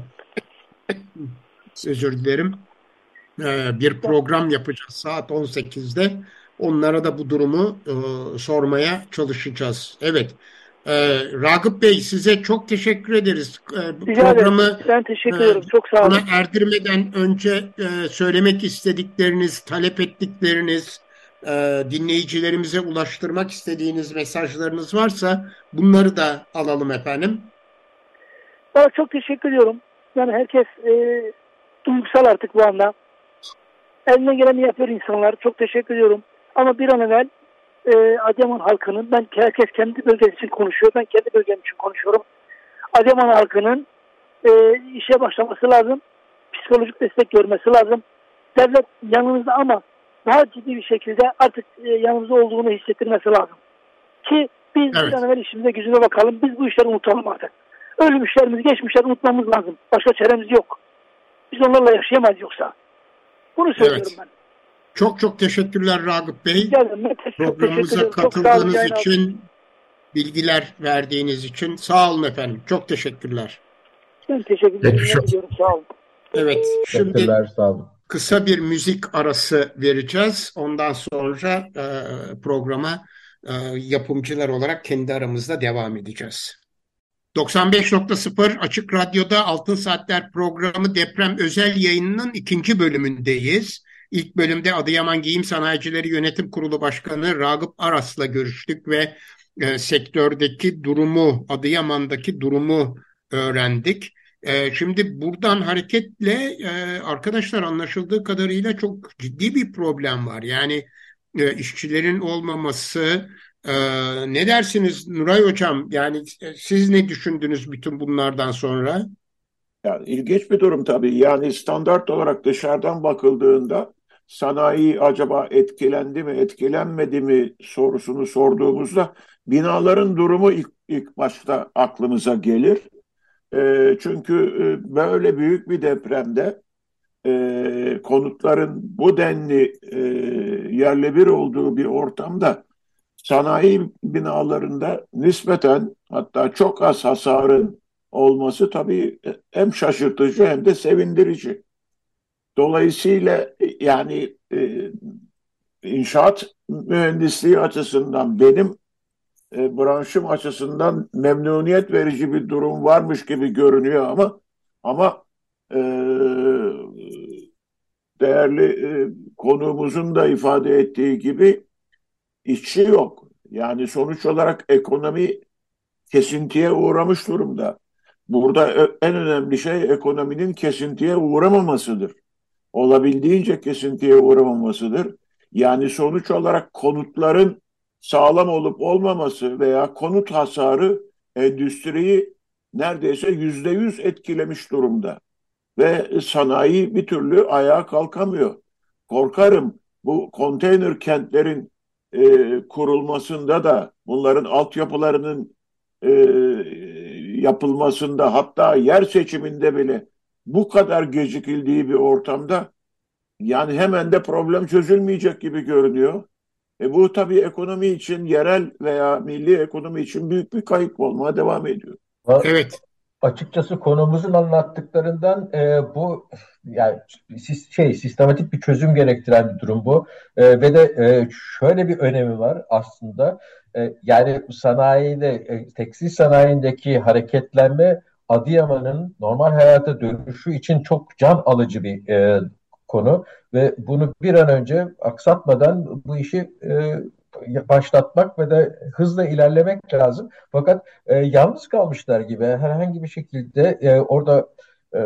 [SPEAKER 2] özür dilerim e, bir program yapacağız saat on sekizde. Onlara da bu durumu e, sormaya çalışacağız. Evet. Ee, Ragıp Bey size çok teşekkür ederiz. Ee, bu programı
[SPEAKER 3] ben teşekkür ederim. Çok sağ olun.
[SPEAKER 2] Ona erdirmeden önce e, söylemek istedikleriniz, talep ettikleriniz, e, dinleyicilerimize ulaştırmak istediğiniz mesajlarınız varsa bunları da alalım efendim.
[SPEAKER 3] Ben çok teşekkür ediyorum. Yani herkes e, duygusal artık bu anda. Eline geleni yapıyor insanlar. Çok teşekkür ediyorum. Ama bir an evvel E, Adıyaman halkının, ben herkes kendi bölgesi için konuşuyor, ben kendi bölgem için konuşuyorum. Adıyaman halkının e, işe başlaması lazım. psikolojik destek görmesi lazım. Devlet yanımızda ama daha ciddi bir şekilde artık e, yanımızda olduğunu hissettirmesi lazım. Ki biz
[SPEAKER 2] Evet.
[SPEAKER 3] bir an evvel işimize gücüne bakalım. Biz bu işleri unutalım artık. Ölmüşlerimizi, geçmişleri unutmamız lazım. Başka çaremiz yok. Biz onlarla yaşayamayız yoksa. Bunu söylüyorum
[SPEAKER 2] Evet.
[SPEAKER 3] ben.
[SPEAKER 2] Çok çok teşekkürler Ragıp Bey.
[SPEAKER 3] Geldim. Ben te- çok teşekkür
[SPEAKER 2] Programımıza
[SPEAKER 3] ederim. Çok sağ olun.
[SPEAKER 2] katıldığınız
[SPEAKER 3] Yayın aldığınız
[SPEAKER 2] için, bilgiler verdiğiniz için sağ olun efendim. Çok teşekkürler.
[SPEAKER 3] Ben teşekkür ederim.
[SPEAKER 5] Geçmiş olsun.
[SPEAKER 3] Ediyorum. Sağ olun.
[SPEAKER 2] Evet, şimdi
[SPEAKER 5] Teşekkürler, sağ olun.
[SPEAKER 2] kısa bir müzik arası vereceğiz. Ondan sonra e, programa e, yapımcılar olarak kendi aramızda devam edeceğiz. doksan beş nokta sıfır Açık Radyo'da Altın Saatler programı deprem özel yayınının ikinci bölümündeyiz. İlk bölümde Adıyaman Giyim Sanayicileri Yönetim Kurulu Başkanı Ragıp Aras'la görüştük ve e, sektördeki durumu, Adıyaman'daki durumu öğrendik. E, şimdi buradan hareketle e, arkadaşlar anlaşıldığı kadarıyla çok ciddi bir problem var. Yani e, işçilerin olmaması. Ee, ne dersiniz Nuray Hocam? Yani e, siz ne düşündünüz bütün bunlardan sonra?
[SPEAKER 6] Yani ilginç bir durum tabii. Yani standart olarak dışarıdan bakıldığında sanayi acaba etkilendi mi, etkilenmedi mi sorusunu sorduğumuzda binaların durumu ilk, ilk başta aklımıza gelir. E, çünkü e, böyle büyük bir depremde e, konutların bu denli e, yerle bir olduğu bir ortamda sanayi binalarında nispeten hatta çok az hasarın olması tabii hem şaşırtıcı hem de sevindirici. Dolayısıyla yani e, inşaat mühendisliği açısından benim e, branşım açısından memnuniyet verici bir durum varmış gibi görünüyor ama ama e, değerli e, konuğumuzun da ifade ettiği gibi işçi yok. Yani sonuç olarak ekonomi kesintiye uğramış durumda. Burada en önemli şey ekonominin kesintiye uğramamasıdır. Olabildiğince kesintiye uğramamasıdır. Yani sonuç olarak konutların sağlam olup olmaması veya konut hasarı endüstriyi neredeyse yüzde yüz etkilemiş durumda. Ve sanayi bir türlü ayağa kalkamıyor. Korkarım bu konteyner kentlerin e, kurulmasında da bunların altyapılarının e, yapılmasında hatta yer seçiminde bile bu kadar gecikildiği bir ortamda yani hemen de problem çözülmeyecek gibi görünüyor. E bu tabii ekonomi için, yerel veya milli ekonomi için büyük bir kayıp olmaya devam ediyor.
[SPEAKER 2] Evet,
[SPEAKER 5] Açıkçası konumuzun anlattıklarından e, bu yani sis- şey sistematik bir çözüm gerektiren bir durum bu. E, ve de e, şöyle bir önemi var aslında. E, yani sanayide, e, tekstil sanayindeki hareketlenme Adıyaman'ın normal hayata dönüşü için çok can alıcı bir e, konu ve bunu bir an önce aksatmadan bu işi e, başlatmak ve de hızla ilerlemek lazım. Fakat e, yalnız kalmışlar gibi herhangi bir şekilde e, orada e,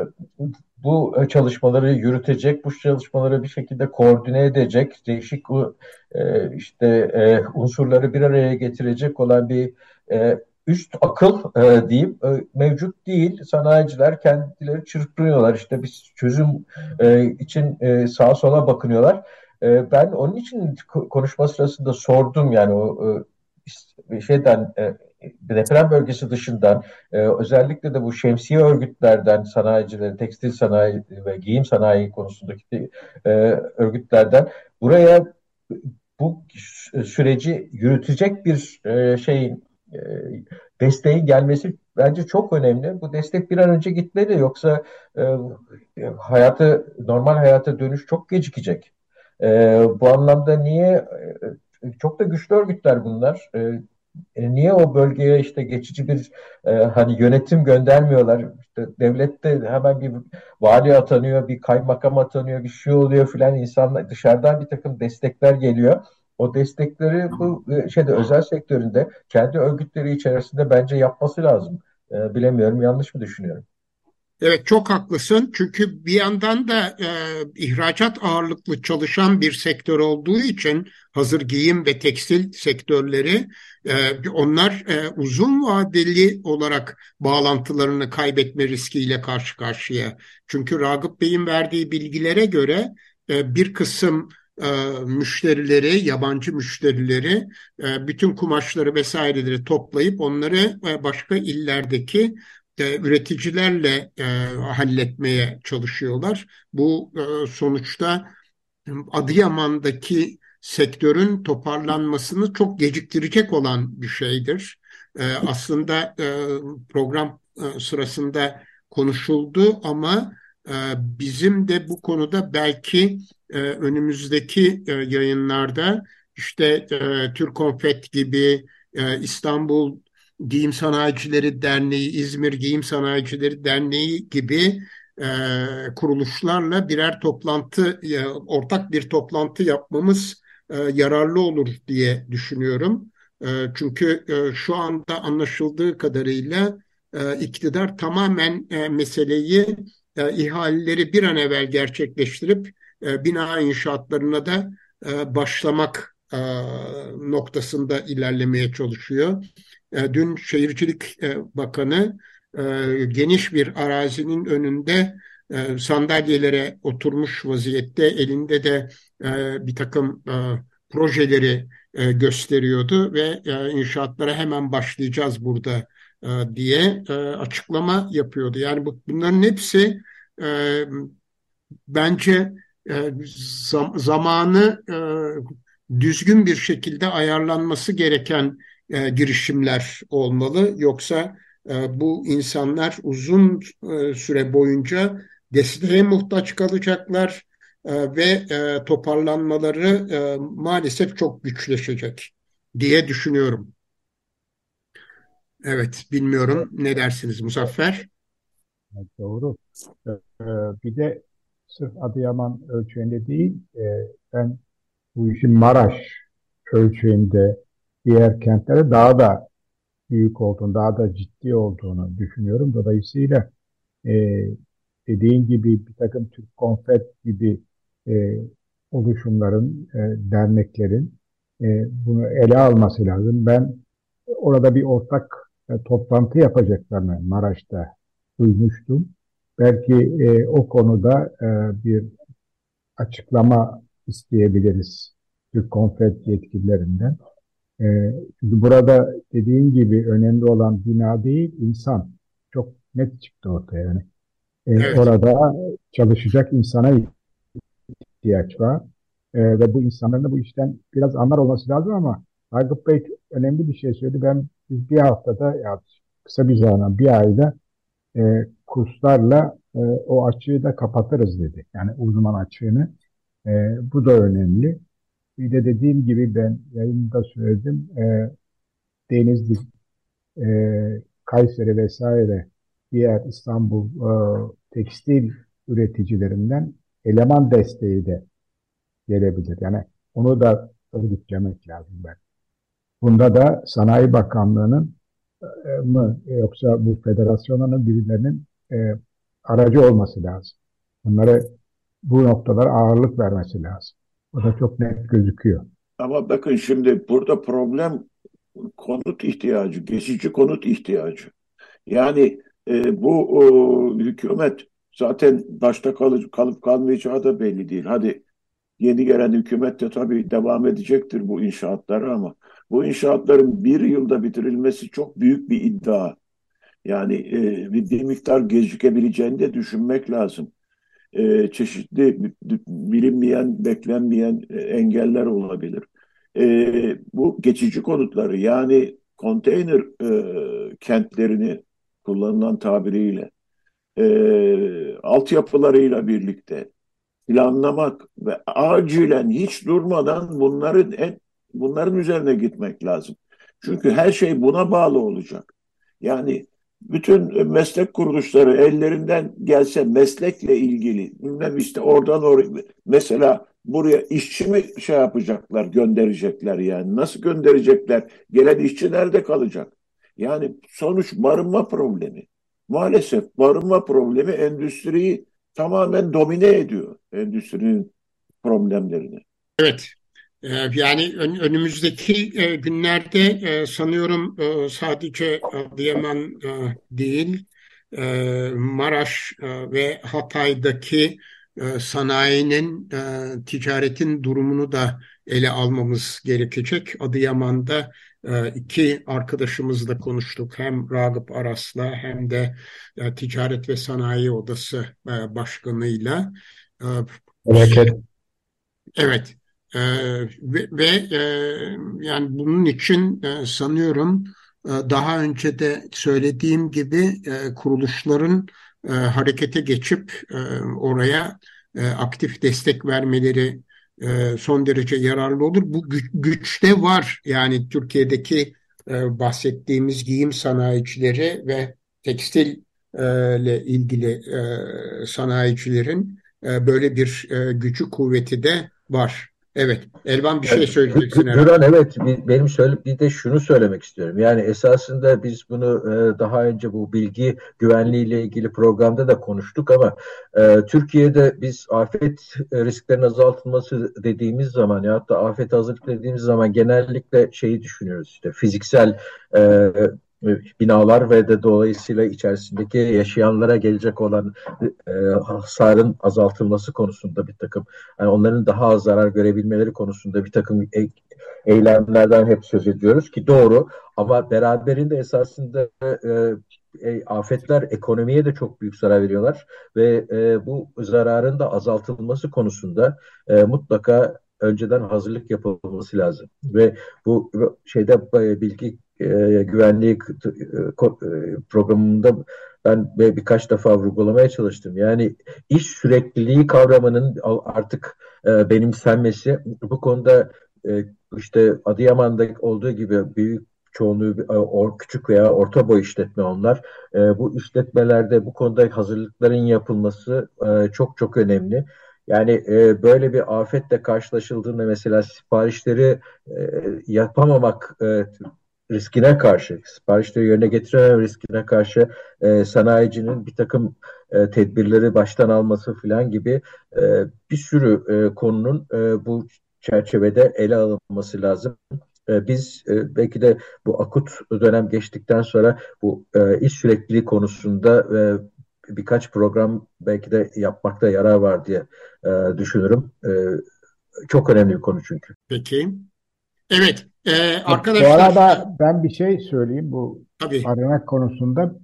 [SPEAKER 5] bu çalışmaları yürütecek, bu çalışmaları bir şekilde koordine edecek, değişik e, işte e, unsurları bir araya getirecek olan bir e, üst akıl e, diyeyim e, mevcut değil. Sanayiciler kendileri çırpınıyorlar. İşte bir çözüm e, için e, sağa sola bakınıyorlar. E, ben onun için konuşma sırasında sordum yani o e, şeyden e, deprem bölgesi dışından e, özellikle de bu şemsiye örgütlerden sanayicileri, tekstil sanayi ve giyim sanayi konusundaki e, örgütlerden buraya bu süreci yürütecek bir e, şeyin e, desteğin gelmesi bence çok önemli. Bu destek bir an önce gitmeli yoksa e, hayatı normal hayata dönüş çok gecikecek. E, bu anlamda niye e, çok da güçlü örgütler bunlar. E, e, niye o bölgeye işte geçici bir e, hani yönetim göndermiyorlar? İşte devlette hemen bir vali atanıyor, bir kaymakam atanıyor, bir şey oluyor filan insanlar dışarıdan bir takım destekler geliyor. O destekleri bu e, şeyde özel sektöründe kendi örgütleri içerisinde bence yapması lazım. E, bilemiyorum yanlış mı düşünüyorum?
[SPEAKER 2] Evet, çok haklısın. Çünkü bir yandan da e, ihracat ağırlıklı çalışan bir sektör olduğu için hazır giyim ve tekstil sektörleri e, onlar e, uzun vadeli olarak bağlantılarını kaybetme riskiyle karşı karşıya. Çünkü Ragıp Bey'in verdiği bilgilere göre e, bir kısım e, müşterileri, yabancı müşterileri e, bütün kumaşları vesaireleri toplayıp onları e, başka illerdeki e, üreticilerle e, halletmeye çalışıyorlar. Bu e, sonuçta Adıyaman'daki sektörün toparlanmasını çok geciktirecek olan bir şeydir. E, aslında e, program e, sırasında konuşuldu ama e, bizim de bu konuda belki e, önümüzdeki e, yayınlarda işte e, Türk Konfet gibi e, İstanbul Giyim Sanayicileri Derneği, İzmir Giyim Sanayicileri Derneği gibi e, kuruluşlarla birer toplantı, e, ortak bir toplantı yapmamız e, yararlı olur diye düşünüyorum. E, çünkü e, şu anda anlaşıldığı kadarıyla e, iktidar tamamen e, meseleyi e, ihaleleri bir an evvel gerçekleştirip e, bina inşaatlarına da e, başlamak e, noktasında ilerlemeye çalışıyor. E, dün Şehircilik e, Bakanı e, geniş bir arazinin önünde e, sandalyelere oturmuş vaziyette, elinde de e, bir takım e, projeleri e, gösteriyordu ve e, inşaatlara hemen başlayacağız burada e, diye e, açıklama yapıyordu. Yani bu, bunların hepsi e, bence e, zam- zamanı e, düzgün bir şekilde ayarlanması gereken e, girişimler olmalı. Yoksa e, bu insanlar uzun e, süre boyunca desteğe muhtaç kalacaklar e, ve e, toparlanmaları e, maalesef çok güçleşecek diye düşünüyorum. Evet, bilmiyorum ne dersiniz Muzaffer?
[SPEAKER 4] Evet, doğru. Ee, Bir de sırf Adıyaman ölçeğinde değil, e, ben bu işin Maraş ölçeğinde diğer kentlere daha da büyük olduğunu, daha da ciddi olduğunu düşünüyorum. Dolayısıyla e, dediğin gibi bir takım Türk Konfet gibi e, oluşumların, e, derneklerin e, bunu ele alması lazım. Ben orada bir ortak e, toplantı yapacaklarını Maraş'ta duymuştum. Belki e, o konuda e, bir açıklama isteyebiliriz Türk Konfet yetkililerinden. E, Çünkü burada dediğin gibi önemli olan bina değil, insan. Çok net çıktı ortaya. Yani e,
[SPEAKER 2] Evet,
[SPEAKER 4] orada çalışacak insana ihtiyaç var. E, ve bu insanların da bu işten biraz anlar olması lazım ama Ragıp Bey önemli bir şey söyledi. Ben biz bir haftada ya kısa bir zaman, bir ayda e, kurslarla e, o açığı da kapatırız dedi. Yani uzman açığını. E, Bu da önemli. Bir de dediğim gibi ben yayında söyledim. E, Denizli, e, Kayseri vesaire diğer İstanbul e, tekstil üreticilerinden eleman desteği de gelebilir. Yani onu da örgütlemek lazım ben. Bunda da Sanayi Bakanlığı'nın e, mı yoksa bu federasyonun birilerinin e, aracı olması lazım. Bunları bu noktalara ağırlık vermesi lazım. O da çok net gözüküyor.
[SPEAKER 6] Ama bakın şimdi burada problem konut ihtiyacı, geçici konut ihtiyacı. Yani e, bu o, hükümet zaten başta kalıp, kalıp kalmayacağı da belli değil. Hadi yeni gelen hükümet de tabii devam edecektir bu inşaatları ama bu inşaatların bir yılda bitirilmesi çok büyük bir iddia. Yani e, bir, bir miktar gecikebileceğini de düşünmek lazım. E, çeşitli bilinmeyen, beklenmeyen e, engeller olabilir. E, bu geçici konutları yani konteyner e, kentlerini kullanılan tabiriyle e, altyapılarıyla birlikte planlamak ve acilen hiç durmadan bunların en, bunların üzerine gitmek lazım. Çünkü her şey buna bağlı olacak. Yani bütün meslek kuruluşları ellerinden gelse meslekle ilgili bilmem işte oradan oraya mesela buraya işçi mi şey yapacaklar, gönderecekler yani. Nasıl gönderecekler? Gelen işçi nerede kalacak? Yani sonuç barınma problemi. maalesef barınma problemi endüstriyi tamamen domine ediyor. Endüstrinin problemlerini.
[SPEAKER 2] Evet. Ee, Yani ön- önümüzdeki e, günlerde e, sanıyorum e, sadece Adıyaman e, değil, e, Maraş e, ve Hatay'daki e, sanayinin, e, ticaretin durumunu da ele almamız gerekecek. Adıyaman'da e, iki arkadaşımızla konuştuk. Hem Ragıp Aras'la hem de e, Ticaret ve Sanayi Odası e, Başkanı'yla. E,
[SPEAKER 4] Felaket.
[SPEAKER 2] Evet. Ee, ve, ve e, yani bunun için e, sanıyorum e, daha önce de söylediğim gibi e, kuruluşların e, harekete geçip e, oraya e, aktif destek vermeleri e, son derece yararlı olur. Bu güç, güç de var. Yani Türkiye'deki e, bahsettiğimiz giyim sanayicileri ve tekstil e, ile ilgili e, sanayicilerin e, böyle bir e, gücü kuvveti de var. Evet. Elvan bir şey
[SPEAKER 5] Yani, Gü-
[SPEAKER 2] söyleyeceksin
[SPEAKER 5] Gü-
[SPEAKER 2] herhalde.
[SPEAKER 5] Güran, evet, bi- benim söyle bir de şunu söylemek istiyorum. Yani esasında biz bunu e, daha önce bu bilgi güvenliği ile ilgili programda da konuştuk ama e, Türkiye'de biz afet e, risklerinin azaltılması dediğimiz zaman ya da afet hazırlık dediğimiz zaman genellikle şeyi düşünüyoruz, işte fiziksel e, binalar ve de dolayısıyla içerisindeki yaşayanlara gelecek olan e, hasarın azaltılması konusunda bir takım, yani onların daha az zarar görebilmeleri konusunda bir takım e- eylemlerden hep söz ediyoruz ki doğru, ama beraberinde esasında e, e, afetler ekonomiye de çok büyük zarar veriyorlar ve e, bu zararın da azaltılması konusunda e, mutlaka önceden hazırlık yapılması lazım ve bu şeyde e, bilgi e, güvenliği e, programında ben birkaç defa vurgulamaya çalıştım. Yani iş sürekliliği kavramının artık e, benimsenmesi, bu konuda e, işte Adıyaman'da olduğu gibi büyük çoğunluğu e, or, küçük veya orta boy işletme onlar. E, bu işletmelerde bu konuda hazırlıkların yapılması e, çok çok önemli. Yani e, böyle bir afetle karşılaşıldığında mesela siparişleri e, yapamamak e, riskine karşı, siparişleri yerine getirememe riskine karşı e, sanayicinin bir takım e, tedbirleri baştan alması falan gibi e, bir sürü e, konunun e, bu çerçevede ele alınması lazım. E, biz e, belki de bu akut dönem geçtikten sonra bu e, iş sürekliliği konusunda e, birkaç program belki de yapmakta yarar var diye e, düşünürüm. E, çok önemli bir konu çünkü.
[SPEAKER 2] Peki. Evet. E,
[SPEAKER 4] Bu
[SPEAKER 2] arkadaşlar
[SPEAKER 4] arada ben bir şey söyleyeyim bu
[SPEAKER 2] tabii.
[SPEAKER 4] barınak konusunda.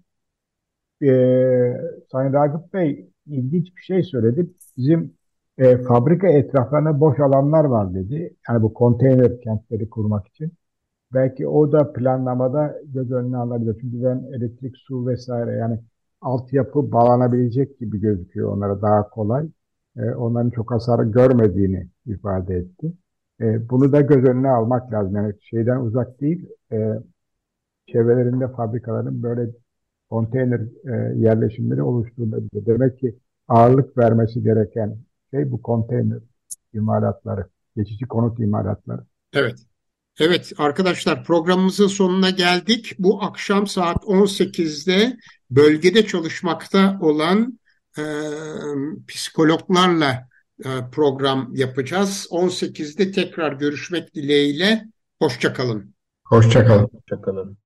[SPEAKER 4] Ee, Sayın Ragıp Bey ilginç bir şey söyledi. Bizim e, fabrika etraflarında boş alanlar var dedi. Yani bu konteyner kentleri kurmak için. Belki o da planlamada göz önüne alabilir. Çünkü ben elektrik, su vesaire yani altyapı bağlanabilecek gibi gözüküyor onlara daha kolay. E, onların çok hasar görmediğini ifade etti. E, bunu da göz önüne almak lazım. Yani şeyden uzak değil, e, çevrelerinde fabrikaların böyle konteyner e, yerleşimleri oluşturulabilir. Demek ki ağırlık vermesi gereken şey bu konteyner imalatları, geçici konut imalatları.
[SPEAKER 2] Evet. Evet arkadaşlar programımızın sonuna geldik. Bu akşam saat on sekizde bölgede çalışmakta olan e, psikologlarla e, program yapacağız. on sekizde tekrar görüşmek dileğiyle. Hoşça kalın.
[SPEAKER 4] Hoşça kalın.
[SPEAKER 5] Hoşçakalın.